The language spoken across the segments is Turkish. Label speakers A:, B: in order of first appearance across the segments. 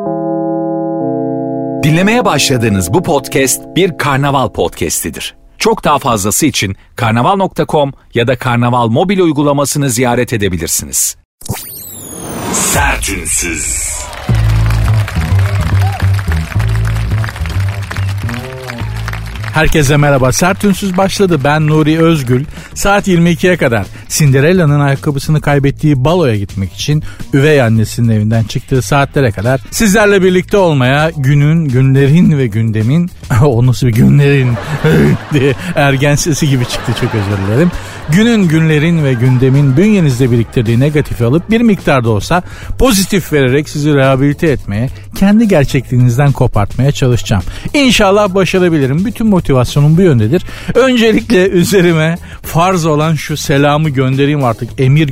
A: Dinlemeye başladığınız bu podcast bir karnaval podcastidir. Çok daha fazlası için karnaval.com ya da karnaval mobil uygulamasını ziyaret edebilirsiniz. Sertünsüz.
B: Herkese merhaba. Sertünsüz başladı. Ben Nuri Özgül. Saat 22'ye kadar Cinderella'nın ayakkabısını kaybettiği baloya gitmek için üvey annesinin evinden çıktığı saatlere kadar sizlerle birlikte olmaya, günlerin ve gündemin o nasıl bir günlerin diye ergen sesi gibi çıktı, çok özür dilerim. Günlerin ve gündemin bünyenizde biriktirdiği negatifi alıp bir miktar da olsa pozitif vererek sizi rehabilite etmeye, kendi gerçekliğinizden kopartmaya çalışacağım. İnşallah başarabilirim. Bütün motivasyonum bu yöndedir. Öncelikle üzerime farz olan şu selamı göndereyim artık. Emir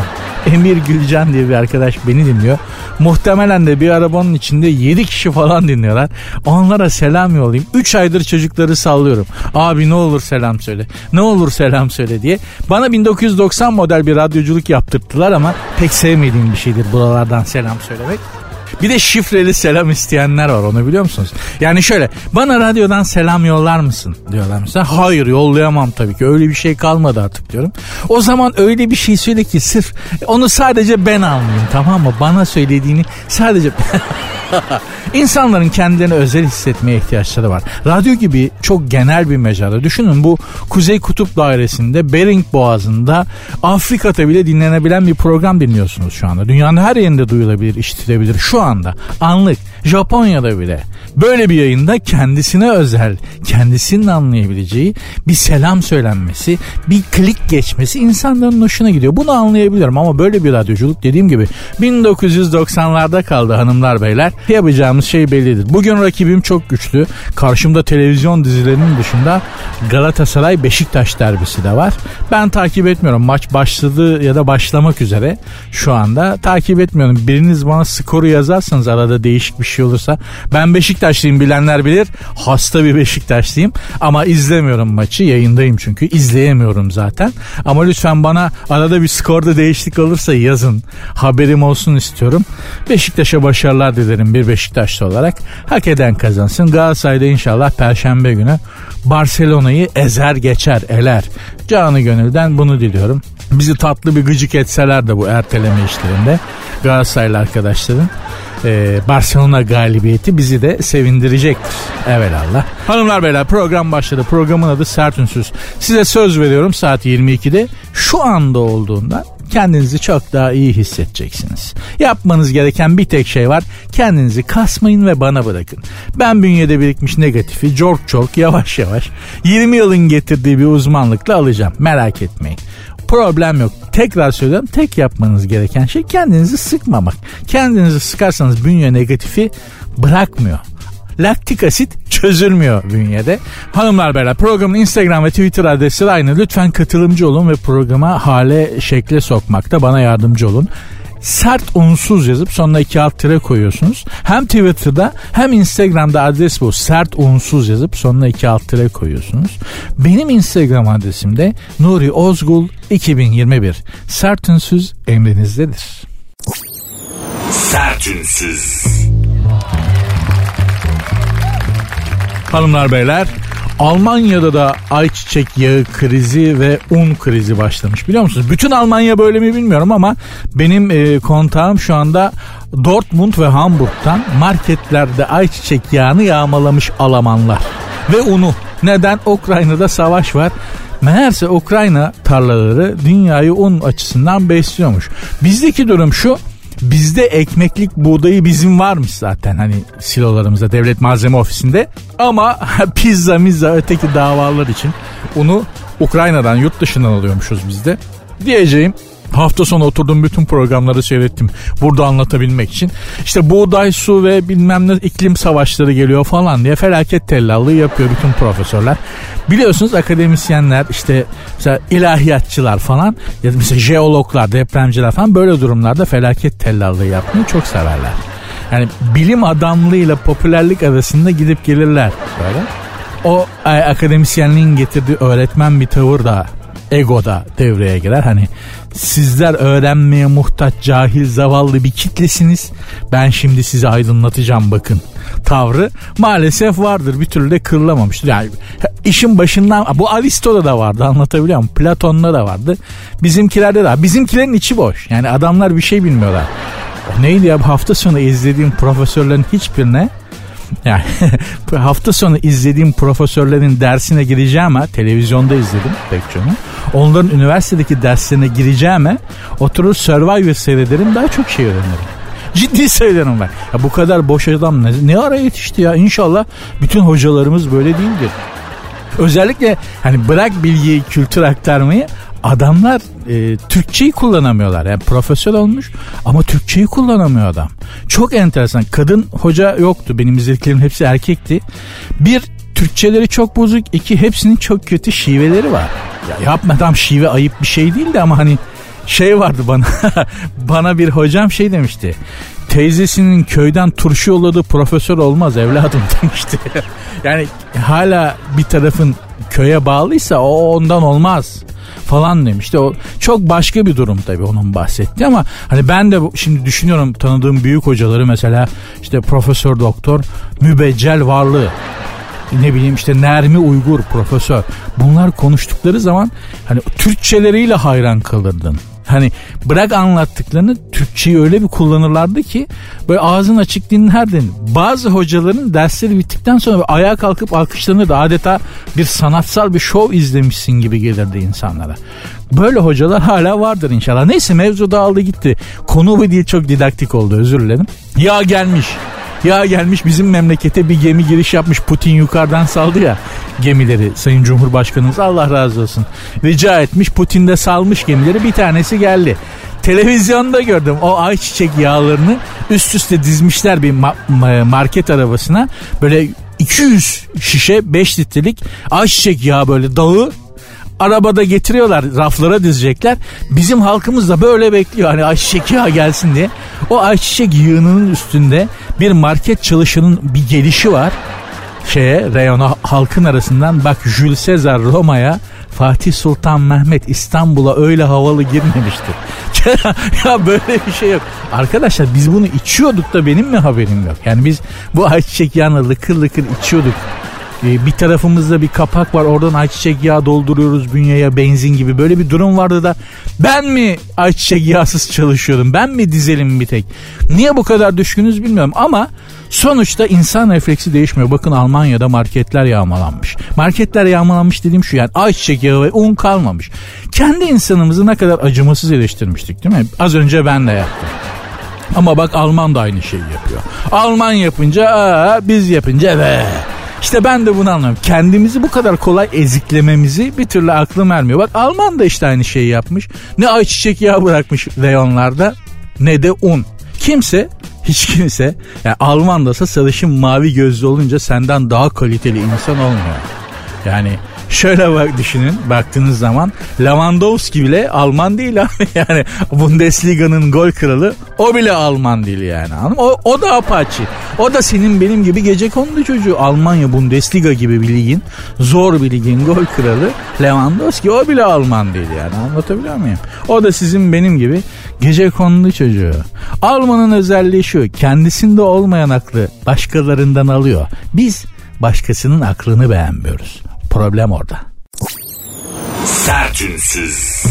B: Gülcan diye bir arkadaş beni dinliyor. Muhtemelen de bir arabanın içinde 7 kişi falan dinliyorlar. Onlara selam yollayayım. 3 aydır çocukları sallıyorum. Abi ne olur selam söyle. Ne olur selam söyle diye. Bana 1990 model bir radyoculuk yaptırttılar ama pek sevmediğim bir şeydir buralardan selam söylemek. Bir de şifreli selam isteyenler var, onu biliyor musunuz? Yani şöyle, bana radyodan selam yollar mısın diyorlar mesela. Hayır, yollayamam tabii ki, öyle bir şey kalmadı artık diyorum. O zaman öyle bir şey söyle ki sırf onu sadece ben anlayayım, tamam mı? Bana söylediğini sadece... İnsanların kendilerini özel hissetmeye ihtiyaçları var. Radyo gibi çok genel bir mecrada. Düşünün, bu Kuzey Kutup Dairesi'nde, Bering Boğazı'nda, Afrika'da bile dinlenebilen bir program dinliyorsunuz şu anda. Dünyanın her yerinde duyulabilir, işitilebilir şu anda. Anlık. Japonya'da bile. Böyle bir yayında kendisine özel, kendisinin anlayabileceği bir selam söylenmesi, bir klik geçmesi insanların hoşuna gidiyor. Bunu anlayabiliyorum ama böyle bir radyoculuk, dediğim gibi 1990'larda kaldı hanımlar beyler. Yapacağımız şey bellidir. Bugün rakibim çok güçlü. Karşımda televizyon dizilerinin dışında Galatasaray Beşiktaş derbisi de var. Ben takip etmiyorum. Maç başladı ya da başlamak üzere. Şu anda takip etmiyorum. Biriniz bana skoru yazarsanız, arada değişik bir şey olursa. Ben Beşiktaşlıyım, bilenler bilir. Hasta bir Beşiktaşlıyım. Ama izlemiyorum maçı. Yayındayım çünkü. İzleyemiyorum zaten. Ama lütfen bana arada bir skorda değişiklik olursa yazın. Haberim olsun istiyorum. Beşiktaş'a başarılar dilerim bir Beşiktaşlı olarak. Hak eden kazansın. Galatasaray'da inşallah Perşembe günü Barcelona'yı ezer geçer, eler. Canı gönülden bunu diliyorum. Bizi tatlı bir gıcık etseler de bu erteleme işlerinde Galatasaraylı arkadaşların Barcelona galibiyeti bizi de sevindirecektir. Evelallah. Hanımlar beyler, program başladı. Programın adı Sertünsüz. Size söz veriyorum, saat 22'de şu anda olduğunda kendinizi çok daha iyi hissedeceksiniz. Yapmanız gereken bir tek şey var. Kendinizi kasmayın ve bana bırakın. Ben bünyede birikmiş negatifi çok yavaş 20 yılın getirdiği bir uzmanlıkla alacağım. Merak etmeyin. Problem yok. Tekrar söylüyorum. Tek yapmanız gereken şey kendinizi sıkmamak. Kendinizi sıkarsanız bünye negatifi bırakmıyor. Laktik asit çözülmüyor bünyede. Hanımlar beyler, programın Instagram ve Twitter adresi aynı. Lütfen katılımcı olun ve programa hale, şekle sokmakta bana yardımcı olun. Sert unsuz yazıp sonuna 2 alt tire koyuyorsunuz. Hem Twitter'da hem Instagram'da adres bu. Sert unsuz yazıp sonuna 2 alt tire koyuyorsunuz. Benim Instagram adresim de Nuri Ozgul 2021. Sertünsüz emrinizdedir.
A: Sertünsüz.
B: Hanımlar beyler, Almanya'da da ayçiçek yağı krizi ve un krizi başlamış, biliyor musunuz? Bütün Almanya böyle mi bilmiyorum ama benim kontağım şu anda Dortmund ve Hamburg'tan marketlerde ayçiçek yağını yağmalamış Almanlar ve unu. Neden? Ukrayna'da savaş var. Meğerse Ukrayna tarlaları dünyayı un açısından besliyormuş. Bizdeki durum şu: bizde ekmeklik buğdayı bizim varmış zaten, hani silolarımızda, devlet malzeme ofisinde, ama pizza öteki davalar için unu Ukrayna'dan, yurt dışından alıyormuşuz bizde diyeceğim. Hafta sonu oturdum, bütün programları seyrettim burada anlatabilmek için. İşte buğday, su ve bilmem ne iklim savaşları geliyor falan diye felaket tellallığı yapıyor bütün profesörler. Biliyorsunuz akademisyenler, işte mesela ilahiyatçılar falan, ya da mesela jeologlar, depremciler falan böyle durumlarda felaket tellallığı yapmayı çok severler. Yani bilim adamlığıyla popülerlik arasında gidip gelirler böyle. O akademisyenliğin getirdiği öğretmen bir tavır da ego da devreye girer. Hani sizler öğrenmeye muhtaç, cahil, zavallı bir kitlesiniz. Ben şimdi sizi aydınlatacağım bakın tavrı maalesef vardır. Bir türlü de kırılamamıştır. Yani işin başından, bu Aristo'da da vardı, anlatabiliyor muyum? Platon'da da vardı. Bizimkilerde de var. Bizimkilerin içi boş. Yani adamlar bir şey bilmiyorlar. O neydi ya, hafta sonu izlediğim profesörlerin hiçbirine, yani hafta sonu izlediğim profesörlerin dersine gireceğime, televizyonda izledim pek çoğunu. Onların üniversitedeki derslerine gireceğime oturur Survivor seyrederim, daha çok şey öğrenirim. Ciddi söylüyorum ben. Ya bu kadar boş adam ne ara yetişti ya? İnşallah bütün hocalarımız böyle değildir. Özellikle hani bırak bilgiyi, kültür aktarmayı, adamlar Türkçeyi kullanamıyorlar. Yani profesör olmuş ama Türkçeyi kullanamıyor adam. Çok enteresan. Kadın hoca yoktu. Benim izlediklerim hepsi erkekti. Bir, Türkçeleri çok bozuk. İki, hepsinin çok kötü şiveleri var. Ya yapma, tam şive ayıp bir şey değildi ama hani şey vardı bana. Bana bir hocam şey demişti. Teyzesinin köyden turşu yolladığı profesör olmaz evladım demişti. Yani hala bir tarafın köye bağlıysa o ondan olmaz falan demişti. O çok başka bir durum tabii onun bahsettiği, ama hani ben de şimdi düşünüyorum, tanıdığım büyük hocaları, mesela işte Profesör Doktor Mübeccel Varlığı, ne bileyim işte Nermi Uygur profesör, bunlar konuştukları zaman hani Türkçeleriyle hayran kalırdın. Hani bırak anlattıklarını, Türkçeyi öyle bir kullanırlardı ki böyle ağzın açık dinlerdin. Bazı hocaların dersleri bittikten sonra ayağa kalkıp alkışlanırdı. Adeta bir sanatsal bir şov izlemişsin gibi gelirdi insanlara. Böyle hocalar hala vardır inşallah. Neyse, mevzu dağıldı gitti. Konu bu değil, çok didaktik oldu, özür dilerim. Ya gelmiş bizim memlekete bir gemi giriş yapmış. Putin yukarıdan saldı ya gemileri. Sayın Cumhurbaşkanımız, Allah razı olsun, rica etmiş, Putin de salmış gemileri. Bir tanesi geldi. Televizyonda gördüm o ayçiçek yağlarını üst üste dizmişler bir market arabasına. Böyle 200 şişe 5 litrelik ayçiçek yağı, böyle dağı arabada getiriyorlar, raflara dizecekler. Bizim halkımız da böyle bekliyor hani ayçiçek yağı gelsin diye. O ayçiçek yağının üstünde bir market çalışanın bir gelişi var. Reyona, halkın arasından, bak Jules Caesar Roma'ya, Fatih Sultan Mehmet İstanbul'a öyle havalı girmemiştir. Ya böyle bir şey yok. Arkadaşlar biz bunu içiyorduk da benim mi haberim yok? Yani biz bu ayçiçek yağını lıkır lıkır içiyorduk. Bir tarafımızda bir kapak var, oradan ayçiçek yağı dolduruyoruz bünyeye, benzin gibi, böyle bir durum vardı da ben mi ayçiçek yağsız çalışıyordum, ben mi dizelim bir tek, niye bu kadar düşkünüz bilmiyorum ama sonuçta insan refleksi değişmiyor. Bakın Almanya'da marketler yağmalanmış. Marketler yağmalanmış dediğim şu, yani ayçiçek yağı ve un kalmamış. Kendi insanımızı ne kadar acımasız eleştirmiştik değil mi? Az önce ben de yaptım. Ama bak Alman da aynı şeyi yapıyor. Alman yapınca biz yapınca ve İşte ben de bunu anlamıyorum. Kendimizi bu kadar kolay eziklememizi bir türlü aklım ermiyor. Bak Alman da işte aynı şeyi yapmış. Ne ayçiçek yağı bırakmış reyonlarda, ne de un. Hiç kimse yani Alman da sarışın mavi gözlü olunca senden daha kaliteli insan olmuyor. Yani şöyle düşünün, baktığınız zaman Lewandowski bile Alman değil abi. Yani Bundesliga'nın gol kralı, o bile Alman değil yani. O da apaçi. O da senin benim gibi gecekondu çocuğu. Almanya Bundesliga gibi bir ligin, zor bir ligin gol kralı Lewandowski, o bile Alman değil yani. Anlatabiliyor muyum? O da sizin benim gibi gecekondu çocuğu. Almanın özelliği şu: kendisinde olmayan aklı başkalarından alıyor. Biz başkasının aklını beğenmiyoruz. Problem orada.
A: Sertünsüz.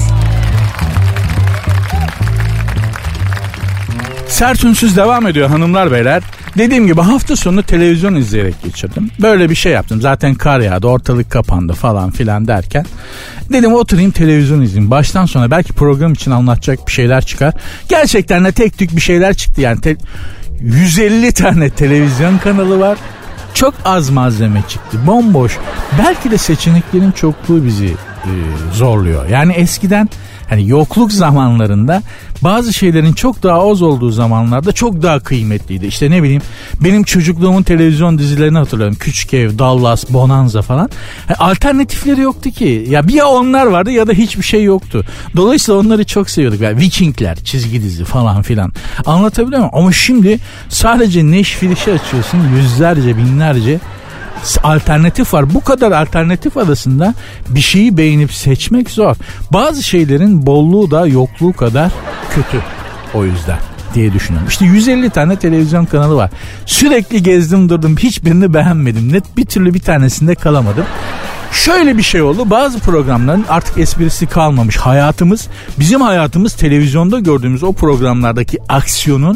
B: Sertünsüz devam ediyor hanımlar beyler. Dediğim gibi hafta sonu televizyon izleyerek geçirdim. Böyle bir şey yaptım. Zaten kar yağdı, ortalık kapandı falan filan derken dedim oturayım televizyon izleyeyim. Baştan sona belki program için anlatacak bir şeyler çıkar. Gerçekten de tek tük bir şeyler çıktı. Yani 150 tane televizyon kanalı var. Çok az malzeme çıktı. Bomboş. Belki de seçeneklerin çokluğu bizi zorluyor. Yani eskiden hani yokluk zamanlarında bazı şeylerin çok daha az olduğu zamanlarda çok daha kıymetliydi. İşte ne bileyim, benim çocukluğumun televizyon dizilerini hatırlıyorum. Küçük Ev, Dallas, Bonanza falan. Yani alternatifleri yoktu ki. Ya onlar vardı ya da hiçbir şey yoktu. Dolayısıyla onları çok seviyorduk. Yani Vikingler, çizgi dizi falan filan. Anlatabiliyor muyum? Ama şimdi sadece Neşfiliş'i açıyorsun. Yüzlerce, binlerce alternatif var. Bu kadar alternatif arasında bir şeyi beğenip seçmek zor. Bazı şeylerin bolluğu da yokluğu kadar kötü. O yüzden diye düşünüyorum. İşte 150 tane televizyon kanalı var. Sürekli gezdim durdum. Hiçbirini beğenmedim. Net bir türlü bir tanesinde kalamadım. Şöyle bir şey oldu. Bazı programların artık esprisi kalmamış. Bizim hayatımız televizyonda gördüğümüz o programlardaki action'ın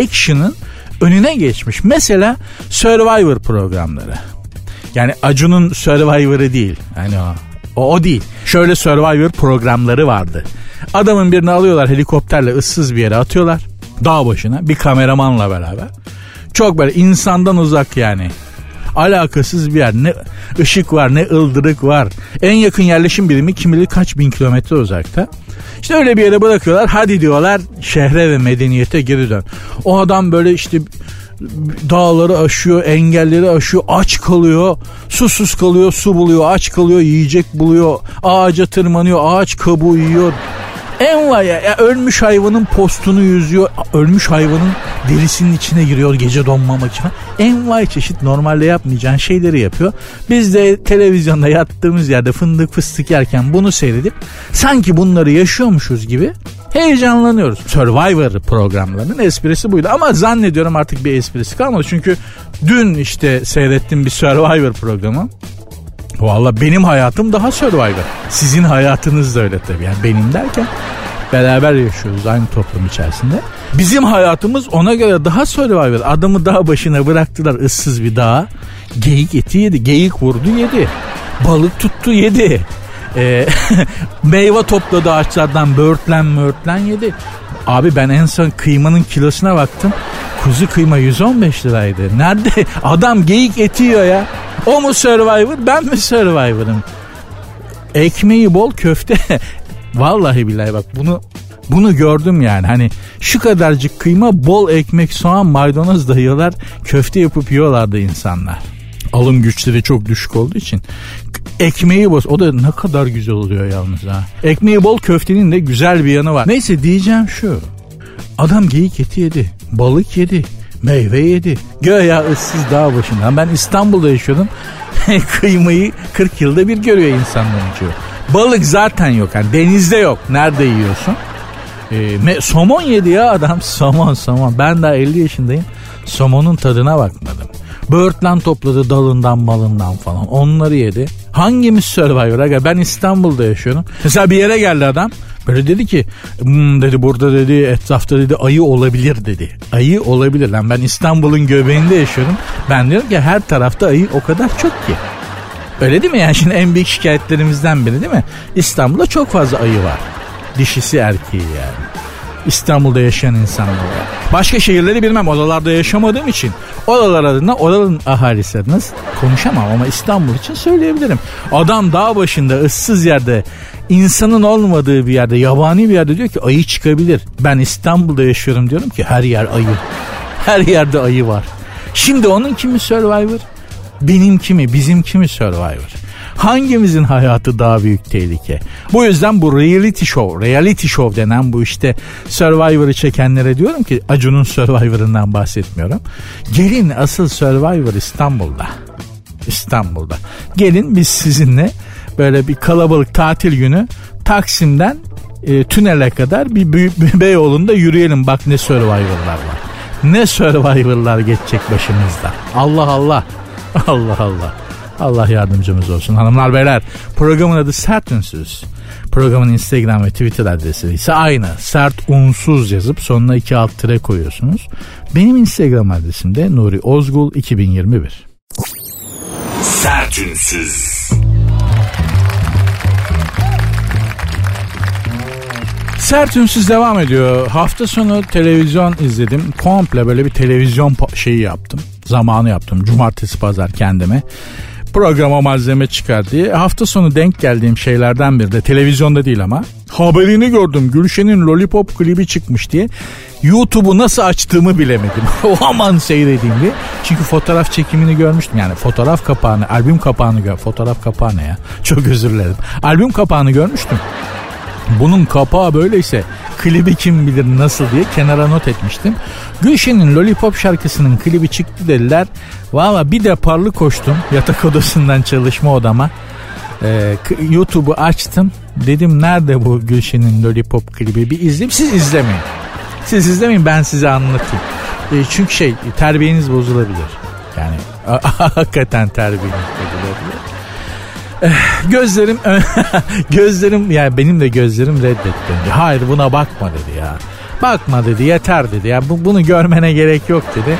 B: önüne geçmiş. Mesela Survivor programları. Yani Acun'un Survivor'ı değil. Yani o değil. Şöyle Survivor programları vardı. Adamın birini alıyorlar helikopterle ıssız bir yere atıyorlar. Dağ başına bir kameramanla beraber. Çok böyle insandan uzak yani. Alakasız bir yer. Ne ışık var ne ıldırık var. En yakın yerleşim birimi kim bilir kaç bin kilometre uzakta. İşte öyle bir yere bırakıyorlar. Hadi diyorlar şehre ve medeniyete geri dön. O adam böyle işte dağları aşıyor, engelleri aşıyor, aç kalıyor, susuz kalıyor, su buluyor, aç kalıyor, yiyecek buluyor, ağaca tırmanıyor, ağaç kabuğu yiyor. Ya ölmüş hayvanın postunu yüzüyor, ölmüş hayvanın derisinin içine giriyor gece donmamak için. Envai çeşit normalde yapmayacağın şeyleri yapıyor. Biz de televizyonda yattığımız yerde fındık fıstık yerken bunu seyredip sanki bunları yaşıyormuşuz gibi heyecanlanıyoruz. Survivor programlarının esprisi buydu ama zannediyorum artık bir esprisi kalmadı. Çünkü dün işte seyrettiğim bir Survivor programı. Vallahi benim hayatım daha Survivor. Sizin hayatınız da öyle tabii. Yani benim derken beraber yaşıyoruz aynı toplum içerisinde. Bizim hayatımız ona göre daha Survivor. Adamı dağ başına bıraktılar, ıssız bir dağa. Geyik eti yedi, geyik vurdu yedi. Balık tuttu yedi. Meyve topladı ağaçlardan, böğürtlen yedi. Abi ben en son kıymanın kilosuna baktım. Kuzu kıyma 115 liraydı. Nerede? Adam geyik eti yiyor ya. O mu Survivor, ben mi Survivor'ım? Ekmeği bol köfte. Vallahi billahi bak bunu gördüm yani. Hani şu kadarcık kıyma, bol ekmek, soğan, maydanoz da yiyorlar. Köfte yapıp yiyorlardı insanlar. Alım güçleri çok düşük olduğu için. Ekmeği bol. O da ne kadar güzel oluyor yalnız ha. Ekmeği bol köftenin de güzel bir yanı var. Neyse diyeceğim şu. Adam geyik eti yedi. Balık yedi. Meyve yedi. Göya ıssız dağ başında. Ben İstanbul'da yaşıyordum. Kıymayı 40 yılda bir görüyor insanların çoğu. Balık zaten yok. Yani denizde yok. Nerede yiyorsun? Somon yedi ya adam. Somon. Ben daha 50 yaşındayım. Somonun tadına bakmadım. Böğürtlen topladı dalından malından falan. Onları yedi. Hangimiz Survivor'a? Ben İstanbul'da yaşıyorum. Mesela bir yere geldi adam. Böyle dedi ki dedi burada dedi etrafta dedi ayı olabilir dedi. Ayı olabilir. Lan ben İstanbul'un göbeğinde yaşıyorum. Ben diyorum ki her tarafta ayı o kadar çok ki. Öyle değil mi? Yani şimdi en büyük şikayetlerimizden biri değil mi? İstanbul'da çok fazla ayı var. Dişisi erkeği yani. İstanbul'da yaşayan insanlar var. Başka şehirleri bilmem, oralarda yaşamadığım için oralar adına oranın ahalisi adına konuşamam ama İstanbul için söyleyebilirim. Adam dağ başında ıssız yerde, insanın olmadığı bir yerde, yabani bir yerde diyor ki ayı çıkabilir. Ben İstanbul'da yaşıyorum diyorum ki her yer ayı. Her yerde ayı var. Şimdi onun kimi Survivor? Benim kimi, bizim kimi Survivor? Hangimizin hayatı daha büyük tehlike? Bu yüzden bu reality show denen bu işte Survivor'ı çekenlere diyorum ki Acun'un Survivor'ından bahsetmiyorum. Gelin asıl Survivor İstanbul'da. Gelin biz sizinle böyle bir kalabalık tatil günü Taksim'den tünele kadar bir Beyoğlu'nda yürüyelim. Bak ne Survivor'lar var. Ne Survivor'lar geçecek başımızda. Allah. Allah yardımcımız olsun. Hanımlar beyler, programın adı Sert Ünsüz. Programın Instagram ve Twitter adresi ise aynı. Sert Unsuz yazıp sonuna 2 alt tire koyuyorsunuz. Benim Instagram adresim de Nuri Ozgul 2021.
A: Sert Ünsüz.
B: Sert Ünsüz devam ediyor. Hafta sonu televizyon izledim. Komple böyle bir televizyon şeyi yaptım. Zamanı yaptım. Cumartesi pazar kendime. Programa malzeme çıkar diye. Hafta sonu denk geldiğim şeylerden biri de televizyonda değil ama haberini gördüm. Gülşen'in Lollipop klibi çıkmış diye. YouTube'u nasıl açtığımı bilemedim. O aman seyredeyim diye. Çünkü fotoğraf çekimini görmüştüm. Yani fotoğraf kapağını, albüm kapağını fotoğraf kapağı ne ya? Çok özür dilerim. Albüm kapağını görmüştüm. Bunun kapağı böyleyse klibi kim bilir nasıl diye kenara not etmiştim. Gülşen'in Lollipop şarkısının klibi çıktı dediler. Valla bir deparlı koştum yatak odasından çalışma odama. YouTube'u açtım. Dedim nerede bu Gülşen'in Lollipop klibi, bir izleyeyim. Siz izlemeyin. Siz izlemeyin, ben size anlatayım. Çünkü terbiyeniz bozulabilir. Yani hakikaten terbiyeniz bozulabilir. Gözlerim yani benim de gözlerim reddetti. Hayır buna bakma dedi ya. Bakma dedi, yeter dedi ya. Bunu görmene gerek yok dedi.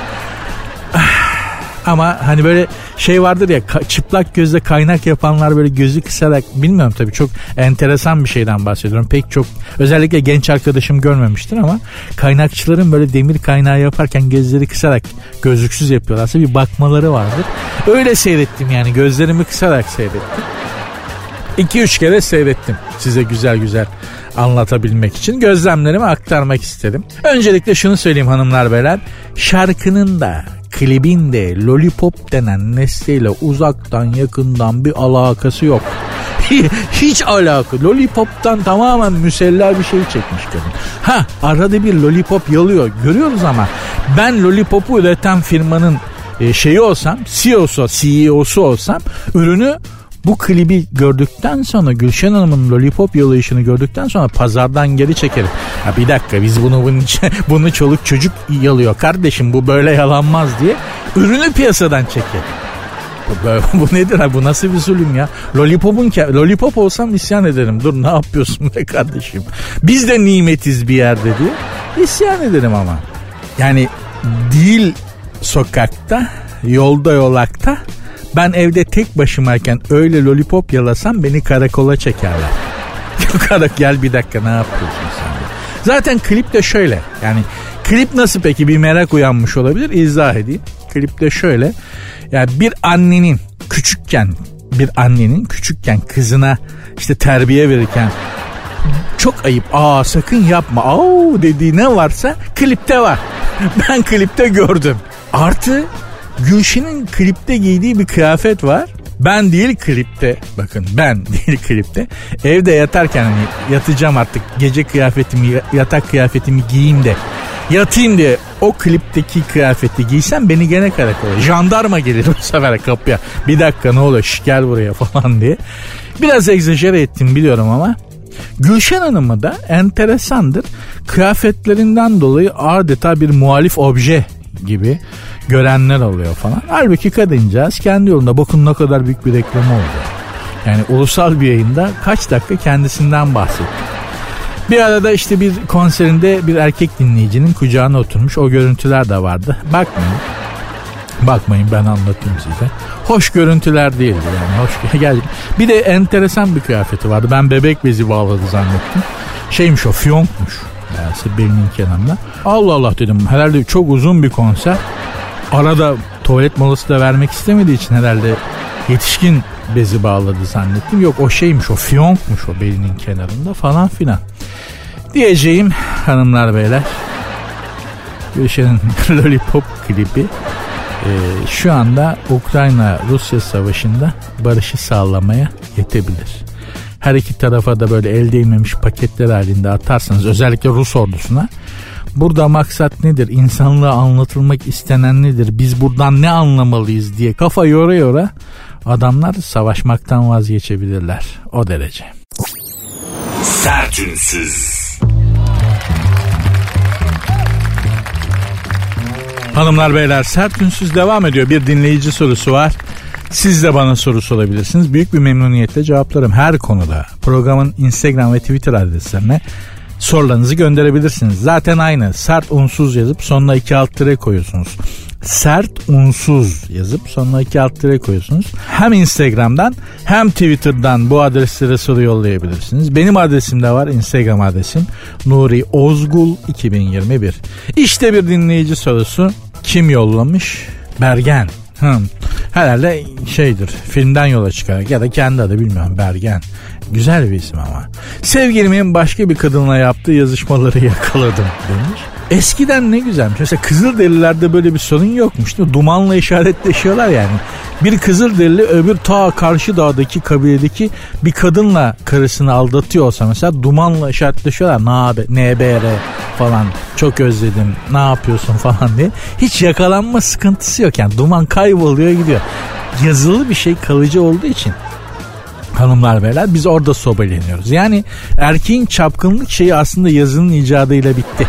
B: Ama hani böyle vardır ya, çıplak gözle kaynak yapanlar böyle gözü kısarak, bilmiyorum tabii, çok enteresan bir şeyden bahsediyorum. Pek çok özellikle genç arkadaşım görmemiştir ama kaynakçıların böyle demir kaynağı yaparken gözleri kısarak gözlüksüz yapıyorlarsa bir bakmaları vardır. Öyle seyrettim yani, gözlerimi kısarak seyrettim. 2-3 kere seyrettim size güzel güzel anlatabilmek için, gözlemlerimi aktarmak istedim. Öncelikle şunu söyleyeyim hanımlar beyler, şarkının da klibin de Lollipop denen nesneyle uzaktan yakından bir alakası yok. Hiç alaka. Lollipop'tan tamamen müsella bir şey çekmiş kadın. Arada bir Lollipop yalıyor görüyoruz ama ben Lollipop'u üreten firmanın olsam, CEO'su olsam, ürünü bu klibi gördükten sonra, Gülşen Hanım'ın Lollipop yalayışını gördükten sonra pazardan geri çekerim. Bir dakika, biz bunu çoluk çocuk yalıyor kardeşim, bu böyle yalanmaz diye ürünü piyasadan çekerim. Bu nedir abi, bu nasıl bir zulüm ya? Lollipop olsam isyan ederim. Dur, ne yapıyorsun be kardeşim? Biz de nimetiz bir yerde diye isyan ederim ama. Yani değil sokakta, yolda yolakta, ben evde tek başımayken öyle Lollipop yalasam beni karakola çekerler. Gel bir dakika, ne yapıyorsun sen de? Zaten klip de şöyle. Yani klip nasıl peki, bir merak uyanmış olabilir, izah edeyim. Klip de şöyle. Yani bir annenin küçükken kızına terbiye verirken çok ayıp, sakın yapma dediği ne varsa klipte var. Ben klipte gördüm. Artı Gülşen'in klipte giydiği bir kıyafet var. Ben değil klipte evde yatarken yatacağım artık, gece kıyafetimi, yatak kıyafetimi giyeyim de yatayım diye o klipteki kıyafeti giysem beni gene karakola, jandarma gelir bu sefer kapıya, bir dakika ne oluyor, gel buraya falan diye. Biraz egzajere ettim biliyorum ama Gülşen Hanım'ı da enteresandır, kıyafetlerinden dolayı adeta bir muhalif obje gibi görenler oluyor falan. Halbuki kadıncağız kendi yolunda, bakın ne kadar büyük bir reklamı oldu. Yani ulusal bir yayında kaç dakika kendisinden bahsetti. Bir arada bir konserinde bir erkek dinleyicinin kucağına oturmuş, o görüntüler de vardı. Bakmayın, ben anlatayım size. Hoş görüntüler değildi yani. Hoş geldi. Bir de enteresan bir kıyafeti vardı. Ben bebek bezi bağladı zannettim. O, fiyonkmuş. Yani belinin kenarında. Allah Allah dedim. Herhalde çok uzun bir konser. Arada tuvalet molası da vermek istemediği için herhalde yetişkin bezi bağladı zannettim. Yok, o o fiyonkmuş, o belinin kenarında falan filan. Diyeceğim hanımlar beyler, Gülşen'in Lollipop klibi şu anda Ukrayna-Rusya savaşında barışı sağlamaya yetebilir. Her iki tarafa da böyle el değmemiş paketler halinde atarsanız, özellikle Rus ordusuna, burada maksat nedir, insanlığa anlatılmak istenen nedir, biz buradan ne anlamalıyız diye kafa yora adamlar savaşmaktan vazgeçebilirler. O derece.
A: Sertünsüz.
B: Hanımlar beyler, Sertünsüz devam ediyor. Bir dinleyici sorusu var. Siz de bana soru sorabilirsiniz. Büyük bir memnuniyetle cevaplarım her konuda. Programın Instagram ve Twitter adreslerine sorularınızı gönderebilirsiniz. Zaten aynı. Sert unsuz yazıp sonuna 2 alt tire koyuyorsunuz. Sert unsuz yazıp sonuna 2 alt tire koyuyorsunuz. Hem Instagram'dan hem Twitter'dan bu adreslere soru yollayabilirsiniz. Benim adresim de var, Instagram adresim Nuri Ozgul 2021. İşte bir dinleyici sorusu. Kim yollamış? Bergen. Herhalde filmden yola çıkarak ya da kendi adı, bilmiyorum, Bergen. Güzel bir isim ama. Sevgilimin başka bir kadınla yaptığı yazışmaları yakaladım demiş. Eskiden ne güzelmiş. Mesela Kızılderililerde böyle bir sorun yokmuş. Değil mi? Dumanla işaretleşiyorlar yani. Bir Kızılderili öbür ta karşı dağdaki kabiledeki bir kadınla karısını aldatıyor olsa mesela dumanla işaretleşiyorlar. NBR falan, çok özledim, ne yapıyorsun falan diye. Hiç yakalanma sıkıntısı yok yani. Duman kayboluyor gidiyor. Yazılı bir şey kalıcı olduğu için hanımlar beyler biz orada sobeleniyoruz. Yani erkeğin çapkınlık şeyi aslında yazının icadıyla bitti.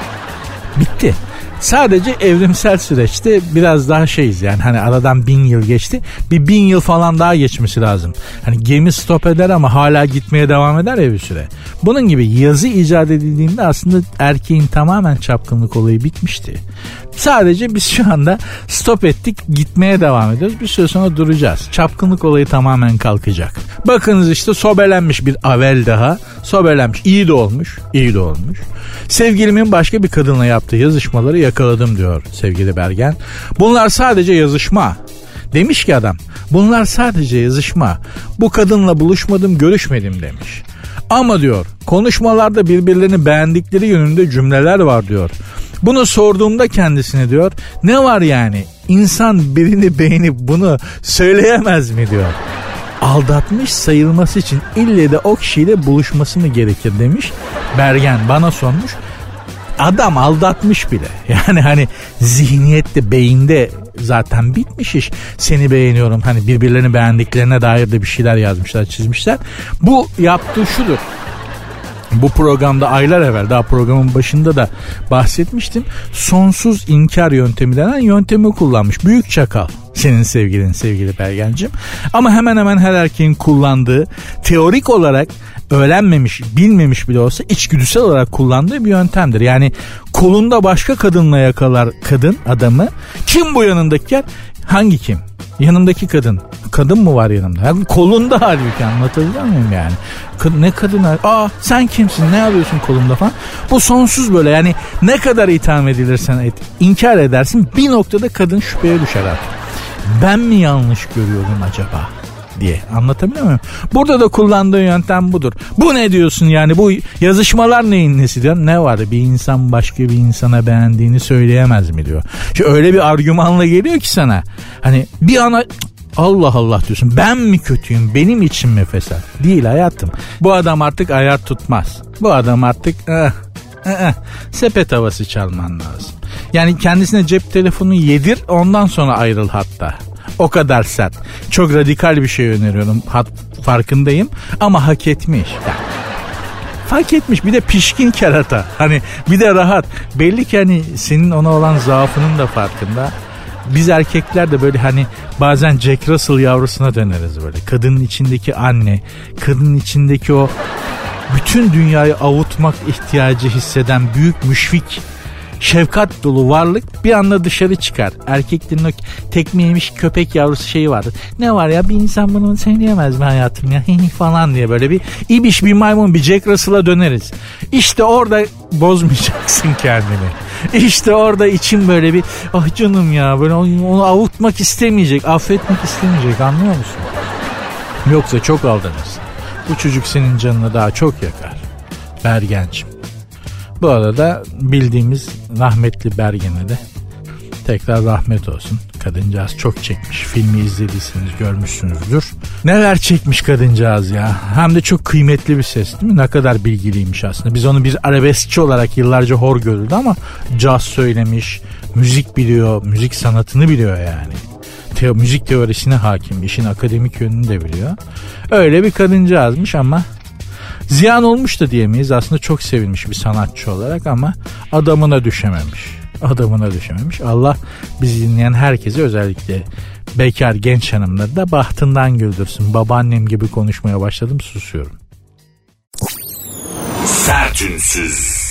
B: Bitti. Sadece evrimsel süreçte biraz daha şeyiz yani hani aradan 1000 yıl geçti. Bir 1000 yıl falan daha geçmesi lazım. Hani gemi stop eder ama hala gitmeye devam eder ya bir süre. Bunun gibi yazı icat edildiğinde aslında erkeğin tamamen çapkınlık olayı bitmişti. Sadece biz şu anda stop ettik, gitmeye devam ediyoruz. Bir süre sonra duracağız. Çapkınlık olayı tamamen kalkacak. Bakınız işte sobelenmiş bir Avel daha. Sobelenmiş. İyi de olmuş. İyi de olmuş. Sevgilimin başka bir kadınla yaptığı yazışmaları yakaladım diyor sevgili Bergen. Bunlar sadece yazışma. Demiş ki adam, bunlar sadece yazışma. Bu kadınla buluşmadım, görüşmedim demiş. Ama diyor konuşmalarda birbirlerini beğendikleri yönünde cümleler var diyor. Bunu sorduğumda kendisine diyor, ne var yani insan birini beğenip bunu söyleyemez mi diyor. Aldatmış sayılması için ille de o kişiyle buluşması mı gerekir demiş. Bergen bana sormuş. Adam aldatmış bile. Yani hani zihniyette, beyinde zaten bitmiş iş. Seni beğeniyorum. Hani birbirlerini beğendiklerine dair de bir şeyler yazmışlar, çizmişler. Bu yaptığı şudur. Bu programda aylar evvel, daha programın başında da bahsetmiştim. Sonsuz inkar yöntemi denen yöntemi kullanmış. Büyük çakal senin sevgilin, sevgili Bergencim. Ama hemen hemen her erkeğin kullandığı, teorik olarak öğrenmemiş, bilmemiş bile olsa içgüdüsel olarak kullandığı bir yöntemdir. Yani kolunda başka kadınla yakalar kadın adamı. Kim bu yanındakiler? Hangi kim? Yanındaki kadın. Kadın mı var yanımda? Yani kolunda halbuki, anlatabiliyor muyum yani? Ne kadın? Sen kimsin? Ne arıyorsun kolumda falan? Bu sonsuz böyle yani ne kadar itham edilirsen et, inkar edersin. Bir noktada kadın şüpheye düşer artık. Ben mi yanlış görüyorum acaba diye, anlatabiliyor muyum? Burada da kullandığı yöntem budur. Bu ne diyorsun yani, bu yazışmalar neyin nesi diyor. Ne var, bir insan başka bir insana beğendiğini söyleyemez mi diyor. Şimdi öyle bir argümanla geliyor ki sana, hani bir ana Allah Allah diyorsun, ben mi kötüyüm, benim için mi fesat? Değil hayatım. Bu adam artık ayar tutmaz. Bu adam artık sepet havası çalman lazım. Yani kendisine cep telefonu yedir, ondan sonra ayrıl hatta. O kadar sert. Çok radikal bir şey öneriyorum. Farkındayım ama hak etmiş. Yani, fark etmiş, bir de pişkin kerata. Hani bir de rahat. Belli ki hani senin ona olan zaafının da farkında. Biz erkekler de böyle hani bazen Jack Russell yavrusuna döneriz böyle. Kadının içindeki anne, kadının içindeki o bütün dünyayı avutmak ihtiyacı hisseden büyük müşfik, şefkat dolu varlık bir anda dışarı çıkar. Erkeklerin o tekme yemiş köpek yavrusu şeyi vardır. Ne var ya, bir insan bunu söyleyemez mi hayatım ya falan diye böyle bir ibiş, bir maymun, bir Jack Russell'a döneriz. İşte orada bozmayacaksın kendini. İşte orada için böyle bir ah canım ya, böyle onu avutmak istemeyecek, affetmek istemeyecek, anlıyor musun? Yoksa çok aldanırsın. Bu çocuk senin canını daha çok yakar. Bergencim. Bu arada bildiğimiz rahmetli Bergen'e de tekrar rahmet olsun. Kadıncağız çok çekmiş. Filmi izlediyseniz görmüşsünüzdür. Neler çekmiş kadıncağız ya. Hem de çok kıymetli bir ses değil mi? Ne kadar bilgiliymiş aslında. Biz onu bir arabeskçi olarak yıllarca hor görüldü ama caz söylemiş, müzik biliyor, müzik sanatını biliyor yani. Müzik teorisine hakim, işin akademik yönünü de biliyor. Öyle bir kadıncağızmış ama ziyan olmuş da diyemeyiz. Aslında çok sevilmiş bir sanatçı olarak ama adamına düşememiş. Adamına düşememiş. Allah bizi dinleyen herkese, özellikle bekar genç hanımları da bahtından güldürsün. Babaannem gibi konuşmaya başladım, susuyorum.
A: Sertünsüz.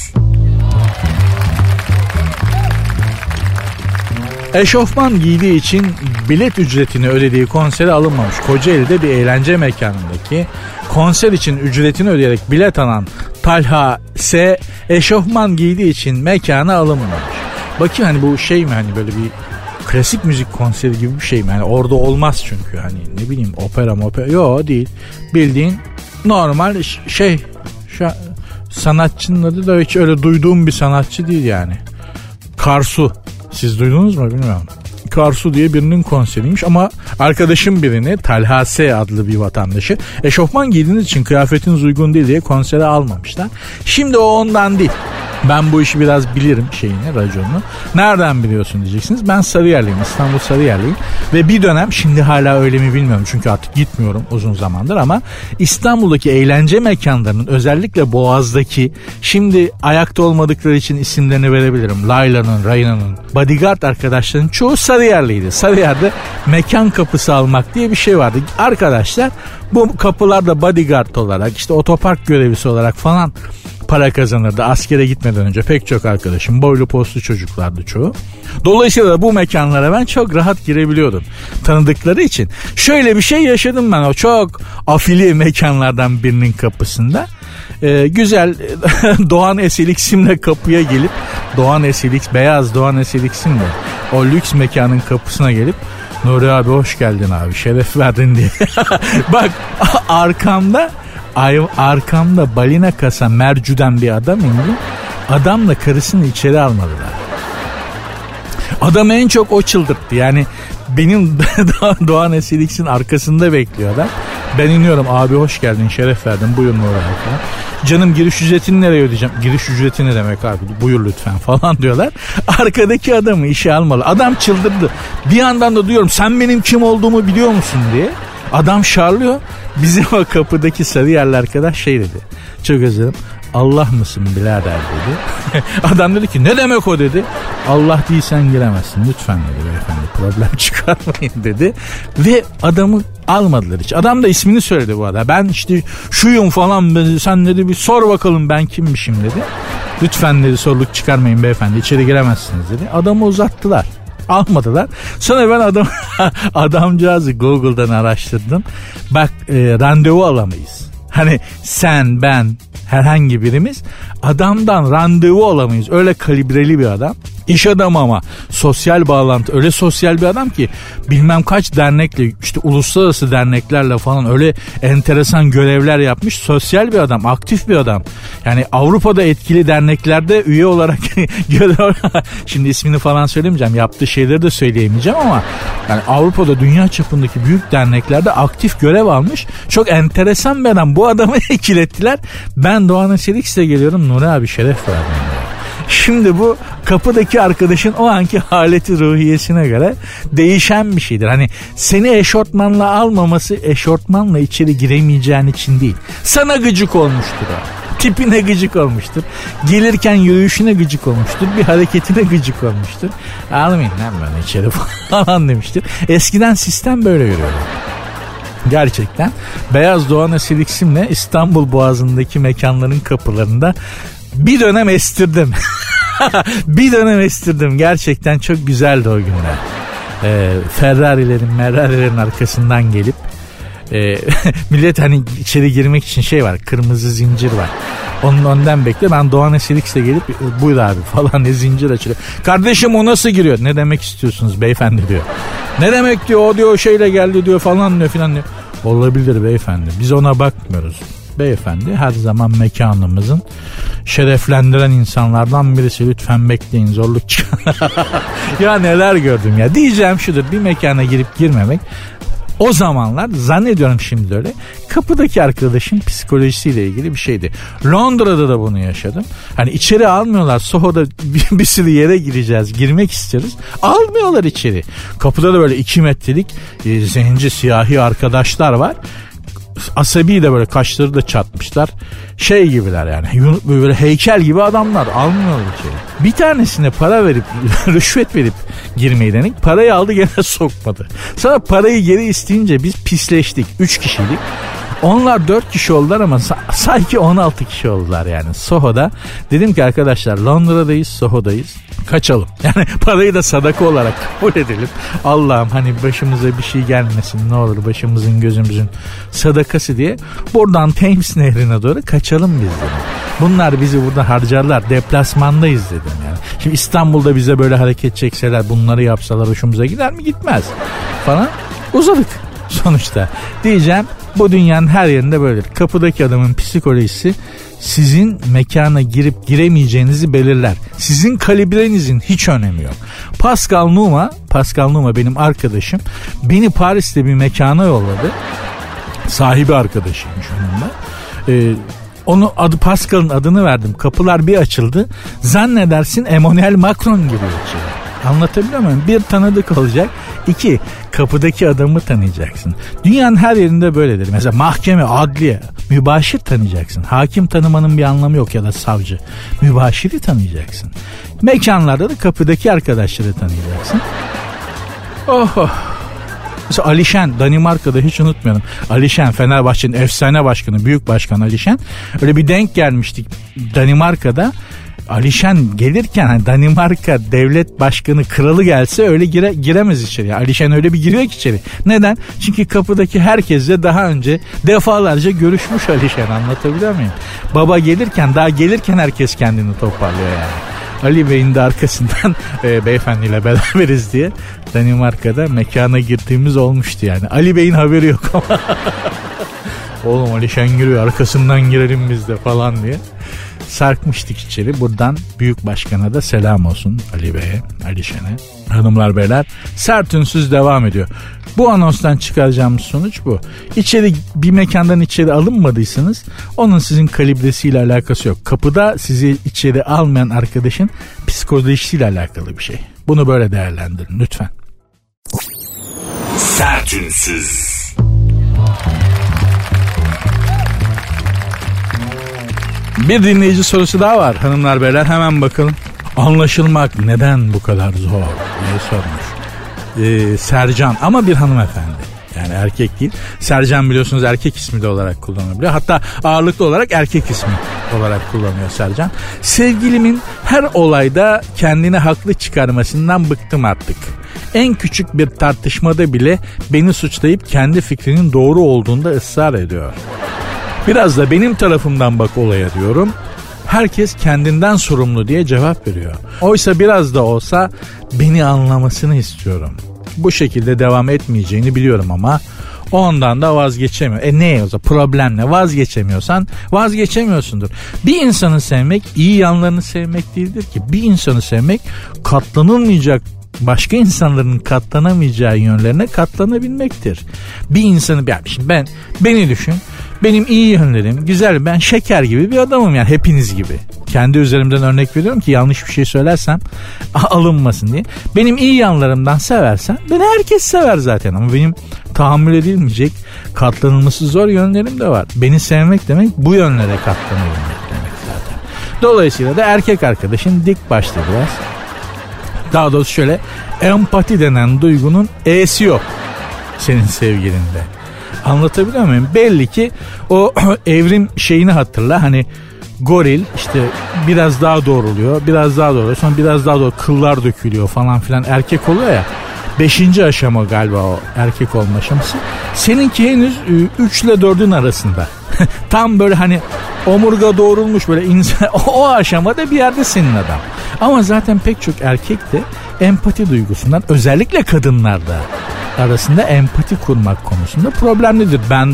B: Eşofman giydiği için bilet ücretini ödediği konsere alınmamış. Kocaeli'de bir eğlence mekanındaki konser için ücretini ödeyerek bilet alan Talha S. eşofman giydiği için mekana alınmamış. Bakayım hani bu şey mi, hani böyle bir klasik müzik konseri gibi bir şey mi? Hani orada olmaz çünkü, hani ne bileyim opera. Yok değil. Bildiğin normal Sanatçının adı da hiç öyle duyduğum bir sanatçı değil yani. Karsu. Siz duydunuz mu bilmiyorum. Karsu diye birinin konseriymiş ama arkadaşım birini, Talha S adlı bir vatandaşı, eşofman giydiğiniz için kıyafetiniz uygun değil diye konsere almamışlar. Şimdi o ondan değil. Ben bu işi biraz bilirim raconunu. Nereden biliyorsun diyeceksiniz. Ben Sarıyerliyim, İstanbul Sarıyerliyim. Ve bir dönem, şimdi hala öyle mi bilmiyorum çünkü artık gitmiyorum uzun zamandır, ama İstanbul'daki eğlence mekanlarının, özellikle Boğaz'daki, şimdi ayakta olmadıkları için isimlerini verebilirim. Layla'nın, Rayna'nın, bodyguard arkadaşların çoğu Sarıyerliydi. Sarıyer'de mekan kapısı almak diye bir şey vardı. Arkadaşlar bu kapılarda bodyguard olarak, işte otopark görevlisi olarak falan para kazanırdı. Askere gitmeden önce pek çok arkadaşım, boylu postlu çocuklardı çoğu. Dolayısıyla da bu mekanlara ben çok rahat girebiliyordum. Tanıdıkları için. Şöyle bir şey yaşadım ben o çok afili mekanlardan birinin kapısında. Güzel Doğan SLX'imle kapıya gelip, Doğan SLX, beyaz Doğan SLX'imle o lüks mekanın kapısına gelip, Nuri abi hoş geldin abi, şeref verdin diye. Bak arkamda balina kasa mercüden bir adam indi. Adamla karısını içeri almadılar. Adamı en çok o çıldırttı. Yani benim Doğan SLX'in arkasında bekliyor adam. Ben iniyorum, abi hoş geldin, şeref verdin, buyurun oraya falan. Canım giriş ücretini nereye ödeyeceğim? Giriş ücreti ne demek abi? Buyur lütfen falan diyorlar. Arkadaki adamı işe almalı. Adam çıldırdı. Bir yandan da diyorum, sen benim kim olduğumu biliyor musun diye. Adam şarlıyor. Bizim o kapıdaki Sarıyerli arkadaş şey dedi. Çok özür dilerim. Allah mısın birader dedi. Adam dedi ki ne demek o dedi. Allah değilsen giremezsin lütfen dedi beyefendi, problem çıkarmayın dedi. Ve adamı almadılar hiç. Adam da ismini söyledi bu arada. Ben işte şuyum falan dedi. Sen dedi bir sor bakalım ben kimmişim dedi. Lütfen dedi soruluk çıkarmayın beyefendi, içeri giremezsiniz dedi. Adamı uzattılar. Almadılar. Sonra ben adamcağızı Google'dan araştırdım. Bak randevu alamayız. Hani sen, ben, herhangi birimiz adamdan randevu alamayız. Öyle kalibreli bir adam. İş adamı ama sosyal bağlantı, öyle sosyal bir adam ki bilmem kaç dernekle, işte uluslararası derneklerle falan öyle enteresan görevler yapmış. Sosyal bir adam, aktif bir adam. Yani Avrupa'da etkili derneklerde üye olarak şimdi ismini falan söylemeyeceğim, yaptığı şeyleri de söyleyemeyeceğim ama yani Avrupa'da dünya çapındaki büyük derneklerde aktif görev almış. Çok enteresan bir adam. Bu adamı ikilettiler. Ben Doğan SLX'le geliyorum, Nuri abi şeref verdim. Şimdi bu kapıdaki arkadaşın o anki haleti ruhiyesine göre değişen bir şeydir. Hani seni eşortmanla almaması, eşortmanla içeri giremeyeceğin için değil. Sana gıcık olmuştur o. Tipine gıcık olmuştur. Gelirken yürüyüşüne gıcık olmuştur. Bir hareketine gıcık olmuştur. Almayın lan ben içeri falan demiştir. Eskiden sistem böyle yürüyordu. Gerçekten beyaz Doğan SLX'imle İstanbul Boğazı'ndaki mekanların kapılarında bir dönem estirdim. Bir dönem estirdim. Gerçekten çok güzeldi o günler. Ferrari'lerin arkasından gelip millet hani içeri girmek için şey var, kırmızı zincir var. Onun önden bekle. Ben Doğan SLX'le gelip buyur abi falan ne zincir açılıyor. Kardeşim o nasıl giriyor? Ne demek istiyorsunuz beyefendi diyor. Ne demek diyor, o diyor şeyle geldi diyor falan diyor filan diyor. Olabilir beyefendi, biz ona bakmıyoruz. Beyefendi her zaman mekanımızın şereflendiren insanlardan birisi, lütfen bekleyin, zorluk çıkar. Ya neler gördüm ya. Diyeceğim şudur, bir mekana girip girmemek o zamanlar, zannediyorum şimdi de öyle, kapıdaki arkadaşın psikolojisiyle ilgili bir şeydi. Londra'da da bunu yaşadım. Hani içeri almıyorlar. Soho'da bir sürü yere gireceğiz, girmek isteriz. Almıyorlar içeri. Kapıda da böyle 2 metrelik zenci siyahi arkadaşlar var. Asabi de böyle, kaşları da çatmışlar. Şey gibiler yani, böyle heykel gibi adamlar, almıyorlar içeri. Bir tanesine para verip rüşvet verip girmeyi dedik. Parayı aldı, gene sokmadı. Sonra parayı geri isteyince biz pisleştik. 3 kişiydik. Onlar 4 kişi oldular ama sanki 16 kişi oldular yani Soho'da. Dedim ki arkadaşlar, Londra'dayız, Soho'dayız. Kaçalım. Yani parayı da sadaka olarak kabul edelim. Allah'ım hani başımıza bir şey gelmesin, ne olur başımızın gözümüzün sadakası diye buradan Thames Nehri'ne doğru kaçalım biz dedim. Bunlar bizi burada harcarlar, deplasmandayız dedim yani. Şimdi İstanbul'da bize böyle hareket çekseler, bunları yapsalar hoşumuza gider mi? Gitmez falan. Uzadık sonuçta. Diyeceğim Bu dünyanın her yerinde böyledir. Kapıdaki adamın psikolojisi sizin mekana girip giremeyeceğinizi belirler. Sizin kalibrenizin hiç önemi yok. Pascal Numa benim arkadaşım. Beni Paris'te bir mekana yolladı. Sahibi arkadaşıymış onun da. Pascal'ın adını verdim. Kapılar bir açıldı. Zannedersin Emmanuel Macron giriyor içeri. Anlatabiliyor muyum? Bir, tanıdık olacak. 2, kapıdaki adamı tanıyacaksın. Dünyanın her yerinde böyledir. Mesela mahkeme, adliye, mübaşir tanıyacaksın. Hakim tanımanın bir anlamı yok ya da savcı. Mübaşiri tanıyacaksın. Mekanlarda da kapıdaki arkadaşları tanıyacaksın. Mesela Alişen, Danimarka'da hiç unutmuyorum. Alişen, Fenerbahçe'nin efsane başkanı, büyük başkan Alişen. Öyle bir denk gelmiştik Danimarka'da. Alişen gelirken hani Danimarka devlet başkanı, kralı gelse öyle giremez içeri. Alişen öyle bir giriyor ki içeri. Neden? Çünkü kapıdaki herkesle daha önce defalarca görüşmüş Alişen, anlatabiliyor muyum? Baba gelirken, daha gelirken herkes kendini toparlıyor yani. Ali Bey'in de arkasından beyefendiyle beraberiz diye Danimarka'da mekana girdiğimiz olmuştu yani. Ali Bey'in haberi yok ama oğlum Alişen giriyor, arkasından girelim biz de falan diye sarkmıştık içeri. Buradan büyük başkana da selam olsun, Ali Bey'e, Alişen'e. Hanımlar beyler, sert ünsüz devam ediyor. Bu anonstan çıkaracağımız sonuç bu. Bir mekandan içeri alınmadıysanız onun sizin kalibresiyle alakası yok. Kapıda sizi içeri almayan arkadaşın psikolojisiyle alakalı bir şey. Bunu böyle değerlendirin lütfen.
A: Sert ünsüz.
B: Bir dinleyici sorusu daha var hanımlar beyler, hemen bakalım. Anlaşılmak neden bu kadar zor diye sormuş. Sercan, ama bir hanımefendi. Yani erkek değil. Sercan biliyorsunuz erkek ismi de olarak kullanılabiliyor. Hatta ağırlıklı olarak erkek ismi olarak kullanıyor Sercan. Sevgilimin her olayda kendini haklı çıkarmasından bıktım artık. En küçük bir tartışmada bile beni suçlayıp kendi fikrinin doğru olduğunda ısrar ediyor. Biraz da benim tarafımdan bak olaya diyorum. Herkes kendinden sorumlu diye cevap veriyor. Oysa biraz da olsa beni anlamasını istiyorum. Bu şekilde devam etmeyeceğini biliyorum ama ondan da vazgeçemiyor. Ne o zaman, problem ne? Vazgeçemiyorsan vazgeçemiyorsundur. Bir insanı sevmek iyi yanlarını sevmek değildir ki. Bir insanı sevmek katlanılmayacak, başka insanların katlanamayacağı yönlerine katlanabilmektir. Bir insanı, beni düşün. Benim iyi yönlerim güzel, ben şeker gibi bir adamım yani, hepiniz gibi. Kendi üzerimden örnek veriyorum ki yanlış bir şey söylersem alınmasın diye. Benim iyi yanlarımdan seversen beni herkes sever zaten, ama benim tahammül edilmeyecek, katlanılması zor yönlerim de var. Beni sevmek demek bu yönlere katlanabilmek demek zaten. Dolayısıyla da erkek arkadaşın dik başlı biraz. Daha doğrusu şöyle, empati denen duygunun E'si yok senin sevgilinde. Anlatabiliyor muyum? Belli ki o evrim şeyini hatırla, hani goril işte biraz daha doğruluyor, sonra biraz daha doğru, kıllar dökülüyor falan filan, erkek oluyor ya. 5. aşama galiba o erkek olma aşaması. Seninki henüz 3 ile 4'ün arasında. Tam böyle hani omurga doğrulmuş böyle insan, o aşamada bir yerde senin adam. Ama zaten pek çok erkek de empati duygusundan, özellikle kadınlarda arasında empati kurmak konusunda problemlidir. Ben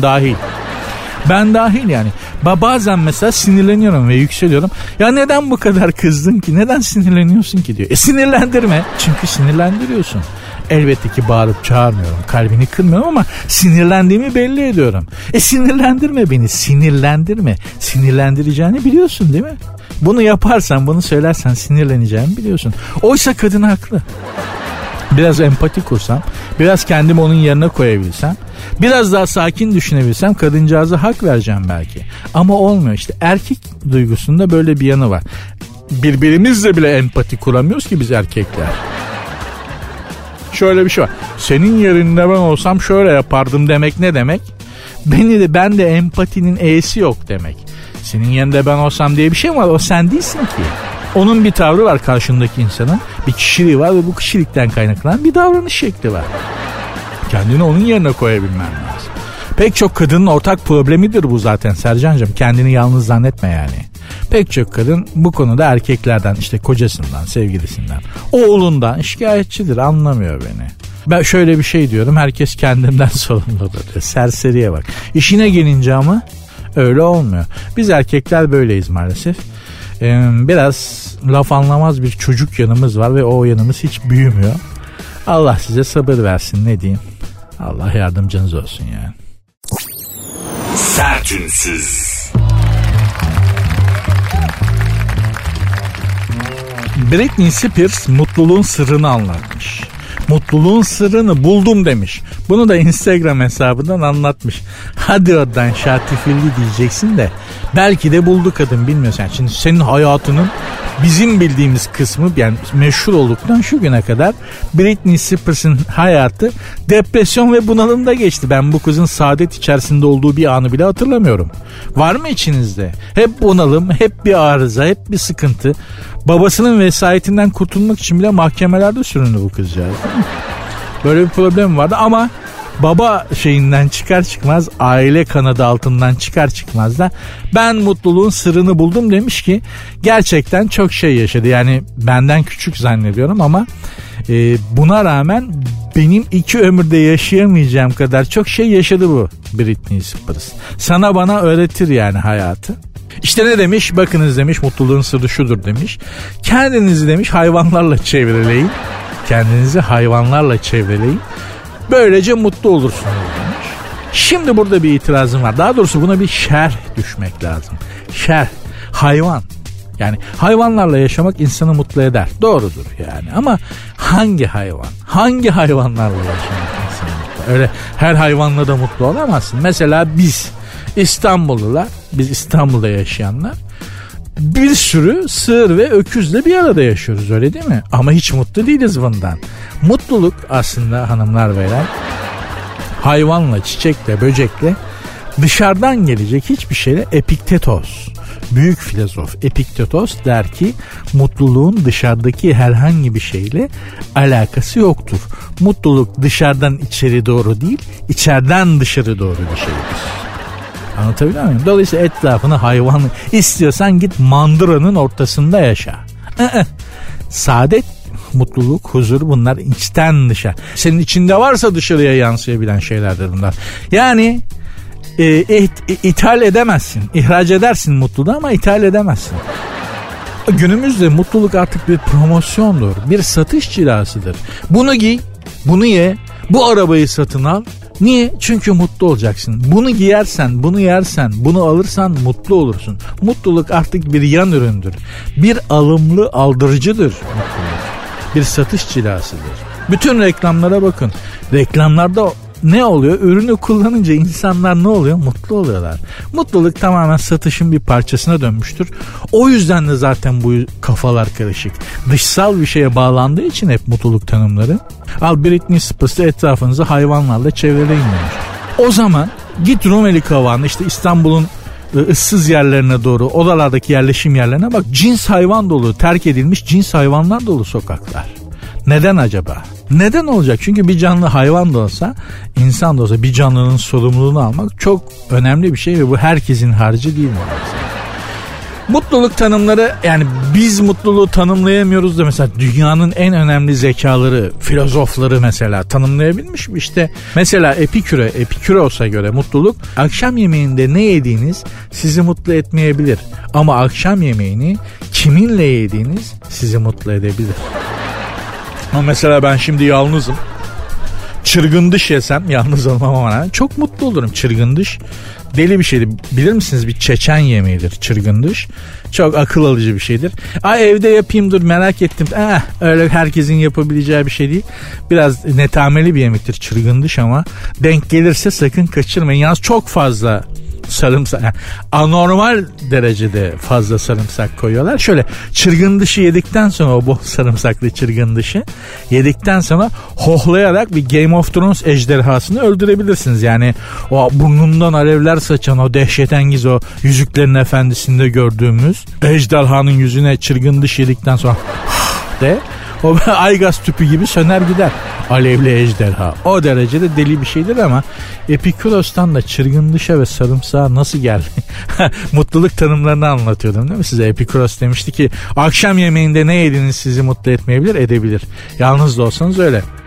B: dahil yani. Bazen mesela sinirleniyorum ve yükseliyorum. Ya neden bu kadar kızdın ki? Neden sinirleniyorsun ki diyor. Sinirlendirme. Çünkü sinirlendiriyorsun. Elbette ki bağırıp çağırmıyorum. Kalbini kırmıyorum ama sinirlendiğimi belli ediyorum. Sinirlendirme beni. Sinirlendirme. Sinirlendireceğini biliyorsun değil mi? Bunu yaparsan, bunu söylersen sinirleneceğini biliyorsun. Oysa kadın haklı. Biraz empati kursam, biraz kendimi onun yerine koyabilsem, biraz daha sakin düşünebilsem kadıncağıza hak vereceğim belki. Ama olmuyor işte. Erkek duygusunda böyle bir yanı var. Birbirimizle bile empati kuramıyoruz ki biz erkekler. Şöyle bir şey var. Senin yerinde ben olsam şöyle yapardım demek ne demek? Ben de empatinin E'si yok demek. Senin yerinde ben olsam diye bir şey mi var? O sen değilsin ki. Onun bir tavrı var karşındaki insanın. Bir kişiliği var ve bu kişilikten kaynaklanan bir davranış şekli var. Kendini onun yerine koyabilmen lazım. Pek çok kadının ortak problemidir bu zaten Sercan'cığım. Kendini yalnız zannetme yani. Pek çok kadın bu konuda erkeklerden, işte kocasından, sevgilisinden, oğlundan şikayetçidir, anlamıyor beni. Ben şöyle bir şey diyorum, herkes kendinden sorumludur. Serseriye bak. İşine gelince ama öyle olmuyor. Biz erkekler böyleyiz maalesef. Biraz laf anlamaz bir çocuk yanımız var ve o yanımız hiç büyümüyor. Allah size sabır versin, ne diyeyim. Allah yardımcınız olsun yani.
A: Sertünsüz.
B: Britney Spears mutluluğun sırrını anlatmış. Mutluluğun sırrını buldum demiş. Bunu da Instagram hesabından anlatmış. Hadi oradan şatifilli diyeceksin de belki de buldu kadın, bilmiyorsun. Yani şimdi senin hayatının bizim bildiğimiz kısmı, yani meşhur olduktan şu güne kadar Britney Spears'ın hayatı depresyon ve bunalımda geçti. Ben bu kızın saadet içerisinde olduğu bir anı bile hatırlamıyorum. Var mı içinizde? Hep bunalım, hep bir arıza, hep bir sıkıntı. Babasının vesayetinden kurtulmak için bile mahkemelerde süründü bu kızcağız. Böyle bir problem vardı ama baba şeyinden çıkar çıkmaz, aile kanadı altından çıkar çıkmaz da ben mutluluğun sırrını buldum demiş ki gerçekten çok şey yaşadı. Yani benden küçük zannediyorum ama buna rağmen benim 2 ömürde yaşayamayacağım kadar çok şey yaşadı bu Britney Spears. Sana bana öğretir yani hayatı. İşte ne demiş? Bakınız demiş, mutluluğun sırrı şudur demiş. Kendinizi demiş hayvanlarla çevreleyin. Kendinizi hayvanlarla çevreleyin. Böylece mutlu olursunuz demiş. Şimdi burada bir itirazım var. Daha doğrusu buna bir şerh düşmek lazım. Şerh. Hayvan. Yani hayvanlarla yaşamak insanı mutlu eder. Doğrudur yani. Ama hangi hayvan? Hangi hayvanlarla yaşamak insanı mutlu? Öyle her hayvanla da mutlu olamazsın. Mesela biz İstanbullular, biz İstanbul'da yaşayanlar bir sürü sığır ve öküzle bir arada yaşıyoruz, öyle değil mi? Ama hiç mutlu değiliz bundan. Mutluluk aslında hanımlar beyler hayvanla, çiçekle, böcekle, dışarıdan gelecek hiçbir şeyle. Epiktetos, büyük filozof Epiktetos der ki mutluluğun dışarıdaki herhangi bir şeyle alakası yoktur. Mutluluk dışarıdan içeri doğru değil, içeriden dışarı doğru bir şeydir. Anlatabiliyor muyum? Dolayısıyla etrafını hayvan, istiyorsan git mandıranın ortasında yaşa. Saadet, mutluluk, huzur, bunlar içten dışa. Senin içinde varsa dışarıya yansıyabilen şeylerdir bunlar. Yani ithal edemezsin. İhraç edersin mutluluğu ama ithal edemezsin. Günümüzde mutluluk artık bir promosyondur. Bir satış cilasıdır. Bunu giy, bunu ye, bu arabayı satın al. Niye? Çünkü mutlu olacaksın. Bunu giyersen, bunu yersen, bunu alırsan mutlu olursun. Mutluluk artık bir yan üründür. Bir alımlı aldırıcıdır mutluluk. Bir satış cilasıdır. Bütün reklamlara bakın. Reklamlarda ne oluyor? Ürünü kullanınca insanlar ne oluyor? Mutlu oluyorlar. Mutluluk tamamen satışın bir parçasına dönmüştür. O yüzden de zaten bu kafalar karışık. Dışsal bir şeye bağlandığı için hep mutluluk tanımları. Al Britney Spears'ı etrafınızı hayvanlarla çevreleyin demiş. O zaman git Rumeli Kavağı'na, işte İstanbul'un ıssız yerlerine doğru, odalardaki yerleşim yerlerine bak. Cins hayvan dolu, terk edilmiş cins hayvanlar dolu sokaklar. Neden acaba? Neden olacak? Çünkü bir canlı hayvan da olsa, insan da olsa bir canlının sorumluluğunu almak çok önemli bir şey ve bu herkesin harcı değil mi? Mutluluk tanımları, yani biz mutluluğu tanımlayamıyoruz da mesela dünyanın en önemli zekaları, filozofları mesela tanımlayabilmiş mi? İşte mesela Epiküros'a göre mutluluk, akşam yemeğinde ne yediğiniz sizi mutlu etmeyebilir. Ama akşam yemeğini kiminle yediğiniz sizi mutlu edebilir. Ama mesela ben şimdi yalnızım. Çırgın dış yesem, yalnız olmam ama çok mutlu olurum. Çırgın dış deli bir şeydir. Bilir misiniz, bir Çeçen yemeğidir çırgın dış. Çok akıl alıcı bir şeydir. Evde yapayım, dur merak ettim. Öyle herkesin yapabileceği bir şey değil. Biraz netameli bir yemektir çırgın dış ama denk gelirse sakın kaçırmayın. Yalnız çok fazla sarımsak, yani anormal derecede fazla sarımsak koyuyorlar. Şöyle çırgın dışı yedikten sonra, o bol sarımsaklı çırgın dışı yedikten sonra hohlayarak bir Game of Thrones ejderhasını öldürebilirsiniz. Yani o burnundan alevler saçan, o dehşetengiz, o Yüzüklerin Efendisi'nde gördüğümüz ejderhanın yüzüne çırgın dış yedikten sonra de o aygaz tüpü gibi söner gider. Alevli ejderha. O derecede deli bir şeydir ama Epikuros'tan da çırgın dışa ve sarımsağa nasıl geldi? Mutluluk tanımlarını anlatıyordum değil mi size? Epikuros demişti ki akşam yemeğinde ne yediğiniz sizi mutlu etmeyebilir, edebilir. Yalnız da olsanız öyle.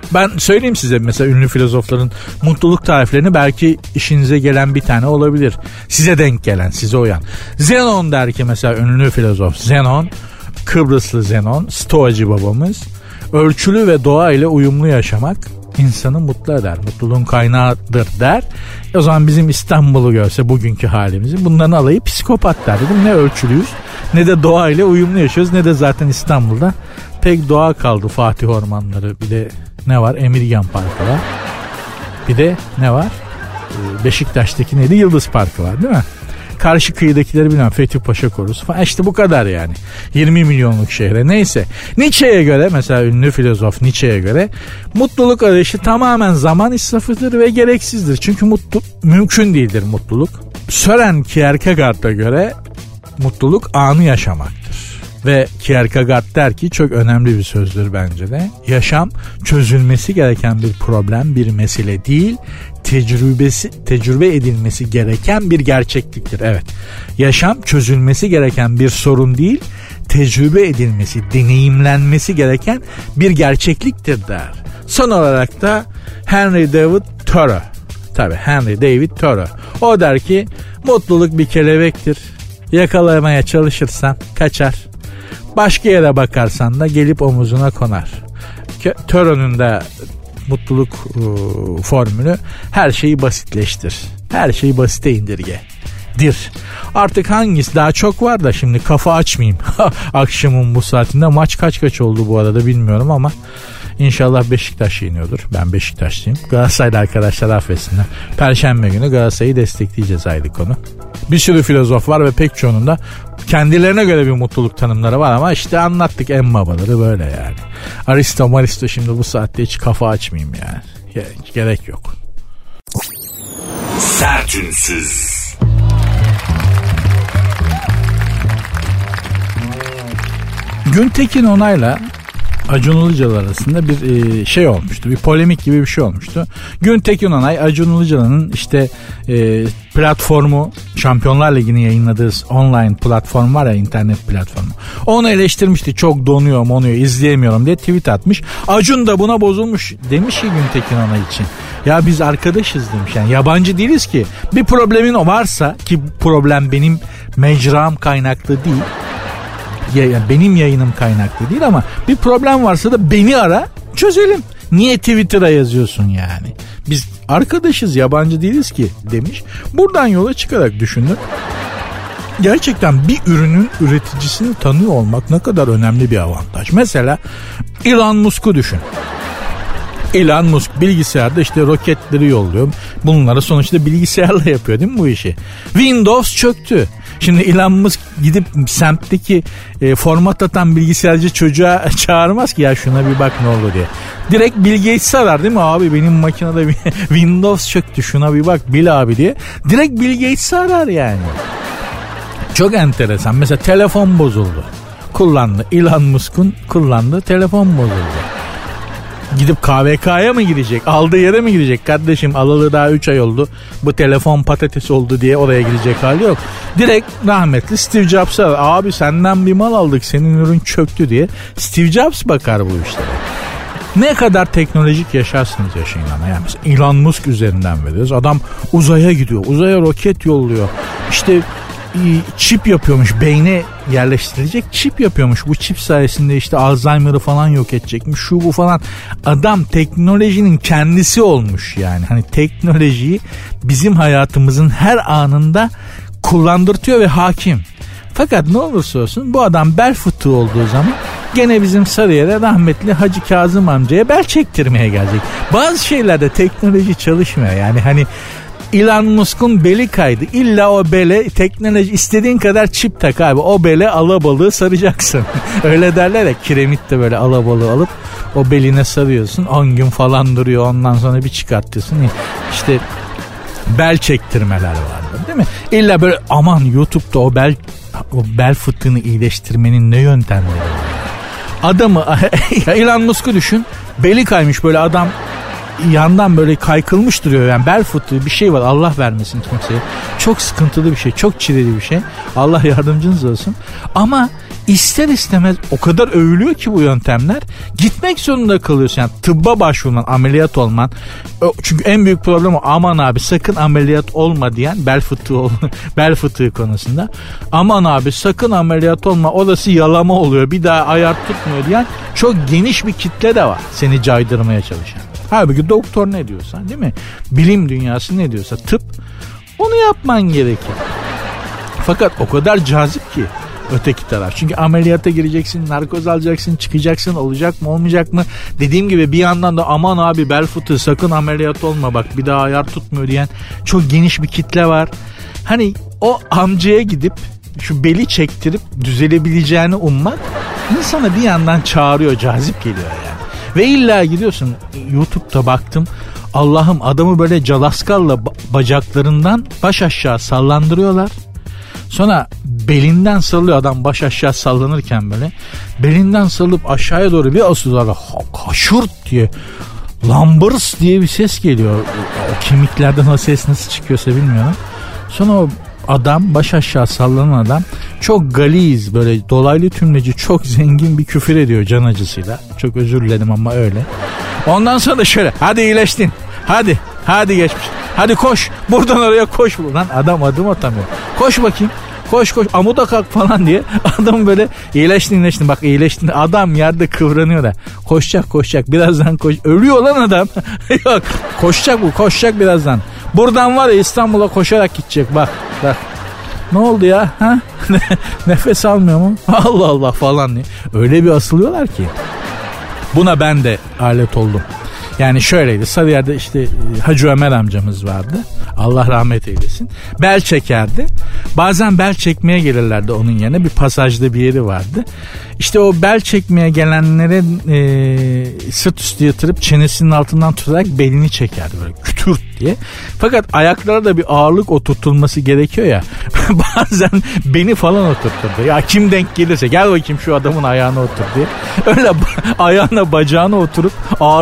B: Ben söyleyeyim size mesela ünlü filozofların mutluluk tariflerini, belki işinize gelen bir tane olabilir. Size denk gelen, size uyan. Zenon der ki mesela, ünlü filozof Zenon, Kıbrıslı Zenon, Stoacı babamız, ölçülü ve doğa ile uyumlu yaşamak insanı mutlu eder. Mutluluğun kaynağıdır der. O zaman bizim İstanbul'u görse bugünkü halimizi, bunların alayı psikopat der dedim. Ne ölçülüyüz, ne de doğa ile uyumlu yaşıyoruz, ne de zaten İstanbul'da pek doğa kaldı. Fatih Ormanları, bir de ne var? Emirgan Parkı var. Bir de ne var? Beşiktaş'taki neydi? Yıldız Parkı var değil mi? Karşı kıyıdakileri bilmem, Fethi Paşa Korusu falan, işte bu kadar yani. 20 milyonluk şehre. Neyse. Nietzsche'ye göre, mesela ünlü filozof Nietzsche'ye göre mutluluk arayışı tamamen zaman israfıdır ve gereksizdir. Çünkü mümkün değildir mutluluk. Søren Kierkegaard'a göre mutluluk anı yaşamaktır. Ve Kierkegaard der ki, çok önemli bir sözdür bence de, yaşam çözülmesi gereken bir problem, bir mesele değil, tecrübe edilmesi gereken bir gerçekliktir. Evet, yaşam çözülmesi gereken bir sorun değil, tecrübe edilmesi, deneyimlenmesi gereken bir gerçekliktir der. Son olarak da Henry David Thoreau. Tabii Henry David Thoreau. O der ki, mutluluk bir kelebektir. Yakalamaya çalışırsan kaçar. Başka yere bakarsan da gelip omuzuna konar. Thoreau'nun da mutluluk formülü, her şeyi basitleştir. Her şeyi basite indirgedir. Artık hangisi daha çok var da şimdi kafa açmayayım. Akşamın bu saatinde maç kaç oldu bu arada bilmiyorum ama İnşallah Beşiktaş yeniyordur. Ben Beşiktaşlıyım. Galatasaraylı arkadaşlar affetsinler. Perşembe günü Galatasaray'ı destekleyeceğiz, ayrı konu. Bir sürü filozof var ve pek çoğunun da kendilerine göre bir mutluluk tanımları var ama işte anlattık, en babaları böyle yani. Aristo şimdi bu saatte hiç kafa açmayayım yani. Gerek yok.
A: Sertünsüz.
B: Güntekin Onay'la Acun Ilıcalı arasında bir şey olmuştu. Bir polemik gibi bir şey olmuştu. Güntekin Onay, Acun Ilıcalı'nın işte platformu, Şampiyonlar Ligi'ni yayınladığı online platform var ya, internet platformu. Onu eleştirmişti. Çok donuyor, izleyemiyorum diye tweet atmış. Acun da buna bozulmuş. Demiş ki Güntekin Onay için, ya biz arkadaşız demiş. Yani yabancı değiliz ki. Bir problemin varsa, ki problem benim mecram kaynaklı değil. Yani benim yayınım kaynaklı değil ama bir problem varsa da beni ara, çözelim. Niye Twitter'a yazıyorsun yani? Biz arkadaşız, yabancı değiliz ki demiş. Buradan yola çıkarak düşündüm. Gerçekten bir ürünün üreticisini tanıyor olmak ne kadar önemli bir avantaj. Mesela Elon Musk'u düşün. Elon Musk bilgisayarda işte roketleri yolluyor. Bunları sonuçta bilgisayarla yapıyor değil mi bu işi? Windows çöktü. Şimdi Elon Musk gidip semtteki format atan bilgisayarcı çocuğa çağırmaz ki, ya şuna bir bak ne oldu diye. Direkt Bill Gates'i arar değil mi, abi benim makinede bir Windows çöktü, şuna bir bak Bill abi diye. Direkt Bill Gates'i arar yani. Çok enteresan. Mesela telefon bozuldu. Elon Musk'un kullandığı telefon bozuldu. Gidip KVK'ya mı gidecek? Aldığı yere mi gidecek? Kardeşim alalı daha 3 ay oldu. Bu telefon patates oldu diye oraya gidecek hali yok. Direkt rahmetli Steve Jobs'a, abi senden bir mal aldık, senin ürün çöktü diye Steve Jobs bakar bu işlere. Ne kadar teknolojik yaşarsınız yaşayın ama. Yani mesela Elon Musk üzerinden veriyoruz. Adam uzaya gidiyor. Uzaya roket yolluyor. İşte çip yapıyormuş, beyne yerleştirilecek çip yapıyormuş. Bu çip sayesinde işte Alzheimer'ı falan yok edecekmiş, şu bu falan. Adam teknolojinin kendisi olmuş yani. Hani teknolojiyi bizim hayatımızın her anında kullandırtıyor ve hakim. Fakat ne olursa olsun bu adam bel fıtığı olduğu zaman gene bizim Sarıyer'e rahmetli Hacı Kazım amcaya bel çektirmeye gelecek. Bazı şeylerde teknoloji çalışmıyor yani. Hani Elon Musk'un beli kaydı. İlla o bele teknoloji, istediğin kadar çip tak abi. O bele alabalığı saracaksın. Öyle derler ya, kiremit de böyle alabalığı alıp o beline sarıyorsun. 10 gün falan duruyor, ondan sonra bir çıkartıyorsun. İşte bel çektirmeler vardı değil mi? İlla böyle aman YouTube'da o bel fıtığını iyileştirmenin ne yöntemleri var? Adamı Elon Musk'u düşün. Beli kaymış böyle adam, yandan böyle kaykılmış duruyor yani, bel fıtığı bir şey var, Allah vermesin kimseye. Çok sıkıntılı bir şey, çok çileli bir şey. Allah yardımcınız olsun. Ama İster istemez o kadar övülüyor ki bu yöntemler. Gitmek zorunda kalıyorsun. Yani tıbba başvurman, ameliyat olman. Çünkü en büyük problem o. Aman abi sakın ameliyat olma diyen bel fıtığı konusunda. Aman abi sakın ameliyat olma, orası yalama oluyor, bir daha ayar tutmuyor diyen çok geniş bir kitle de var seni caydırmaya çalışan. Halbuki doktor ne diyorsa, değil mi? Bilim dünyası ne diyorsa, tıp, onu yapman gerekir. Fakat o kadar cazip ki öteki taraf. Çünkü ameliyata gireceksin, narkoz alacaksın, çıkacaksın, olacak mı olmayacak mı? Dediğim gibi bir yandan da aman abi bel fıtığı sakın ameliyat olma bak bir daha ayar tutmuyor diyen çok geniş bir kitle var. Hani o amcaya gidip şu beli çektirip düzelebileceğini ummak insana bir yandan çağırıyor, cazip geliyor yani. Ve illa gidiyorsun, YouTube'da baktım, Allah'ım adamı böyle calaskalla bacaklarından baş aşağı sallandırıyorlar. Sonra belinden sarılıyor adam, baş aşağı sallanırken böyle. Belinden sarılıp aşağıya doğru bir asıyorlar. Kaşırt diye, lambırs diye bir ses geliyor. O kemiklerden o ses nasıl çıkıyorsa bilmiyorum. Sonra o adam, baş aşağı sallanan adam çok galiz, böyle dolaylı tümleci, çok zengin bir küfür ediyor can acısıyla. Çok özür dilerim ama öyle. Ondan sonra da şöyle, hadi iyileştin, hadi geçmiş, hadi koş buradan oraya koş. Lan adam adım atamıyor. Koş bakayım, koş amuda kalk falan diye adam böyle iyileştin bak iyileştin, adam yerde kıvranıyor da koşacak birazdan koş, ölüyor lan adam. Yok, koşacak birazdan, buradan var ya İstanbul'a koşarak gidecek, bak ne oldu ya, ha? Nefes almıyor mu, Allah Allah falan diye öyle bir asılıyorlar ki. Buna ben de alet oldum. Yani şöyleydi, Sarıyer'de işte Hacı Ömer amcamız vardı, Allah rahmet eylesin. Bel çekerdi. Bazen bel çekmeye gelirlerdi onun yerine. Bir pasajda bir yeri vardı. İşte o bel çekmeye gelenlere sırt üstü yatırıp çenesinin altından tutarak belini çekerdi böyle kütürt diye. Fakat ayaklara da bir ağırlık oturtulması gerekiyor ya. Bazen beni falan oturturdu. Ya kim denk gelirse gel bakayım şu adamın ayağına otur diye. Öyle ayağına bacağına oturup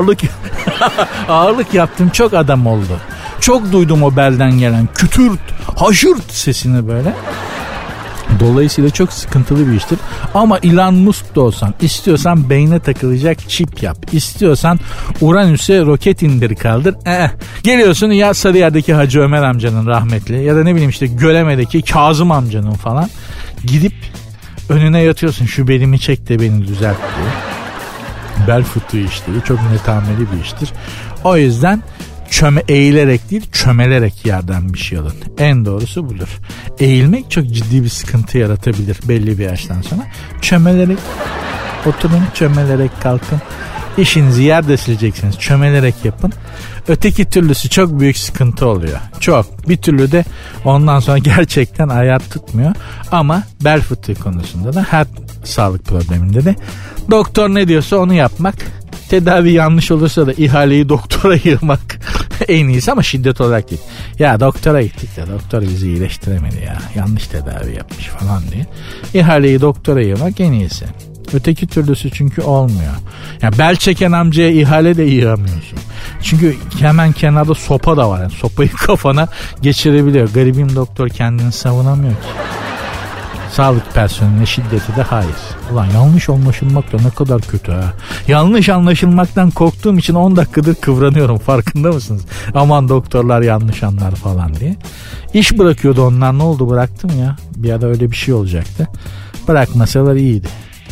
B: ağırlık yaptığım çok adam oldu. Çok duydum o belden gelen kütürt, haşırt sesini böyle. Dolayısıyla çok sıkıntılı bir iştir. Ama Elon Musk da olsan, istiyorsan beyne takılacak çip yap, İstiyorsan Uranüs'e roket indir kaldır. Geliyorsun ya Sarıyer'deki Hacı Ömer amcanın rahmetli, ya da ne bileyim işte Göleme'deki Kazım amcanın falan, gidip önüne yatıyorsun, şu belimi çek de beni düzelt diye. Bel fıtığı işleri çok netameli bir iştir. O yüzden eğilerek değil, çömelerek yerden bir şey alın. En doğrusu budur. Eğilmek çok ciddi bir sıkıntı yaratabilir belli bir yaştan sonra. Çömelerek oturun, çömelerek kalkın. İşinizi yerde sileceksiniz, çömelerek yapın. Öteki türlüsü çok büyük sıkıntı oluyor. Çok. Bir türlü de ondan sonra gerçekten ayar tutmuyor. Ama bel fıtığı konusunda da, her sağlık probleminde de doktor ne diyorsa onu yapmak. Tedavi yanlış olursa da ihaleyi doktora yığmak en iyisi, ama şiddet olarak değil. Ya doktora gittik de doktor bizi iyileştiremedi ya, yanlış tedavi yapmış falan diye. İhaleyi doktora yığmak en iyisi. Öteki türlüsü çünkü olmuyor. Yani bel çeken amcaya ihale de yığamıyorsun. Çünkü hemen kenarda sopa da var. Yani sopayı kafana geçirebiliyor. Garibim doktor kendini savunamıyor ki. Sağlık personeline şiddeti de hayır. Ulan yanlış anlaşılmak da ne kadar kötü ha. Yanlış anlaşılmaktan korktuğum için 10 dakikadır kıvranıyorum, farkında mısınız? Aman doktorlar yanlış anlar falan diye. İş bırakıyordu onlar, ne oldu, bıraktım ya. Bir ara öyle bir şey olacaktı. Bırakmasalar iyiydi.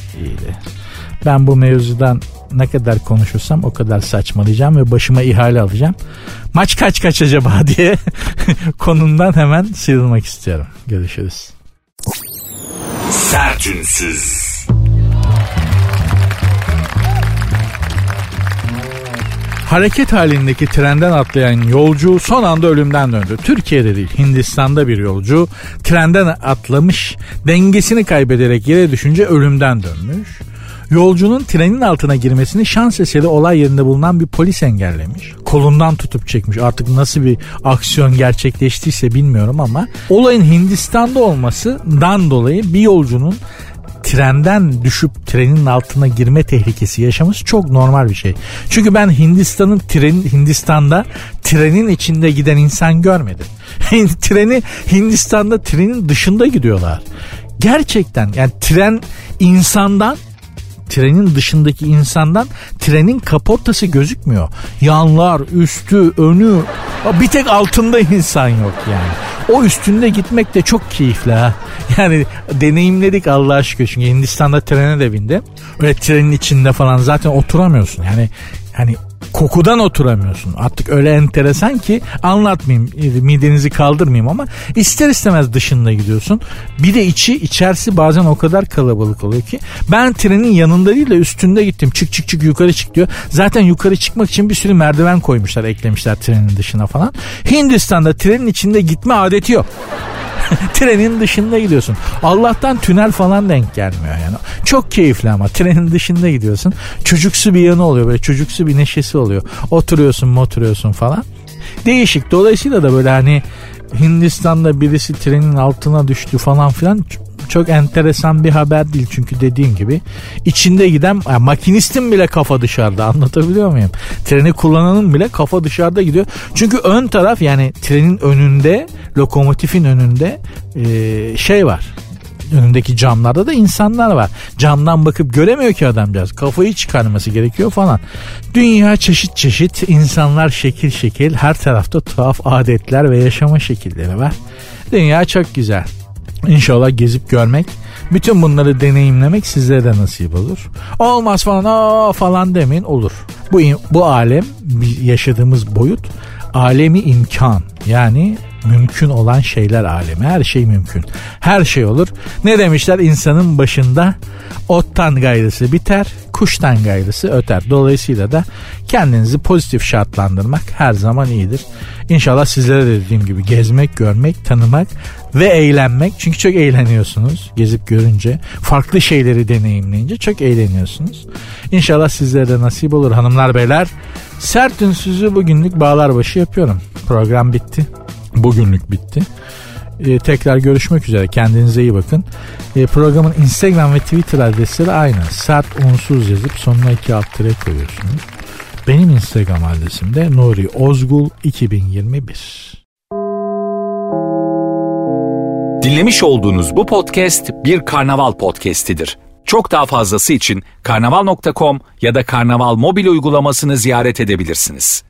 B: Ben bu mevzudan ne kadar konuşursam o kadar saçmalayacağım ve başıma ihale alacağım. Maç kaç acaba diye konumdan hemen sıyrılmak istiyorum. Görüşürüz.
A: Sertünsüz.
B: Hareket halindeki trenden atlayan yolcu son anda ölümden döndü. Türkiye'de değil, Hindistan'da bir yolcu trenden atlamış, dengesini kaybederek yere düşünce ölümden dönmüş. Yolcunun trenin altına girmesini şans eseri olay yerinde bulunan bir polis engellemiş. Kolundan tutup çekmiş. Artık nasıl bir aksiyon gerçekleştiyse bilmiyorum ama olayın Hindistan'da olmasından dolayı bir yolcunun trenden düşüp trenin altına girme tehlikesi yaşaması çok normal bir şey. Çünkü ben Hindistan'da trenin içinde giden insan görmedim. Hindistan'da trenin dışında gidiyorlar. Gerçekten yani trenin dışındaki insandan trenin kaportası gözükmüyor. Yanlar, üstü, önü, bir tek altında insan yok yani. O üstünde gitmek de çok keyifli ha. Yani deneyimledik Allah'a şükür. Çünkü Hindistan'da trene de bindim. Öyle trenin içinde falan zaten oturamıyorsun. Yani kokudan oturamıyorsun. Artık öyle enteresan ki anlatmayayım, midenizi kaldırmayayım ama ister istemez dışında gidiyorsun. Bir de içerisi bazen o kadar kalabalık oluyor ki ben trenin yanında değil de üstünde gittim. Çık yukarı çık diyor. Zaten yukarı çıkmak için bir sürü merdiven koymuşlar, eklemişler trenin dışına falan. Hindistan'da trenin içinde gitme adeti yok. Trenin dışında gidiyorsun. Allah'tan tünel falan denk gelmiyor yani. Çok keyifli ama trenin dışında gidiyorsun. Çocuksu bir yanı oluyor, böyle çocuksu bir neşesi oluyor. Oturuyorsun falan. Değişik. Dolayısıyla da böyle hani Hindistan'da birisi trenin altına düştü falan filan çok enteresan bir haber değil. Çünkü dediğim gibi içinde giden makinistin bile kafa dışarıda, anlatabiliyor muyum? Treni kullananın bile kafa dışarıda gidiyor. Çünkü ön taraf yani trenin önünde, lokomotifin önünde şey var. Önündeki camlarda da insanlar var. Camdan bakıp göremiyor ki adamcağız. Kafayı çıkarması gerekiyor falan. Dünya çeşit insanlar şekil her tarafta tuhaf adetler ve yaşama şekilleri var. Dünya çok güzel. İnşallah gezip görmek, bütün bunları deneyimlemek sizlere de nasip olur. Olmaz falan demeyin, olur. Bu alem, yaşadığımız boyut alemi imkan, yani mümkün olan şeyler alemi. Her şey mümkün. Her şey olur. Ne demişler? İnsanın başında ottan gayrısı biter, kuştan gayrısı öter. Dolayısıyla da kendinizi pozitif şartlandırmak her zaman iyidir. İnşallah sizlere de dediğim gibi gezmek, görmek, tanımak ve eğlenmek. Çünkü çok eğleniyorsunuz gezip görünce. Farklı şeyleri deneyimleyince çok eğleniyorsunuz. İnşallah sizlere de nasip olur hanımlar beyler. Sert Ünsüz'ü bugünlük bağlarbaşı yapıyorum. Program bitti. Bugünlük bitti. Tekrar görüşmek üzere. Kendinize iyi bakın. Programın Instagram ve Twitter adresleri aynı. Sert Unsuz yazıp sonuna 2 alt tire koyuyorsunuz. Benim Instagram adresim de Nuri Ozgul 2021.
A: Dinlemiş olduğunuz bu podcast bir Karnaval podcastidir. Çok daha fazlası için karnaval.com ya da Karnaval mobil uygulamasını ziyaret edebilirsiniz.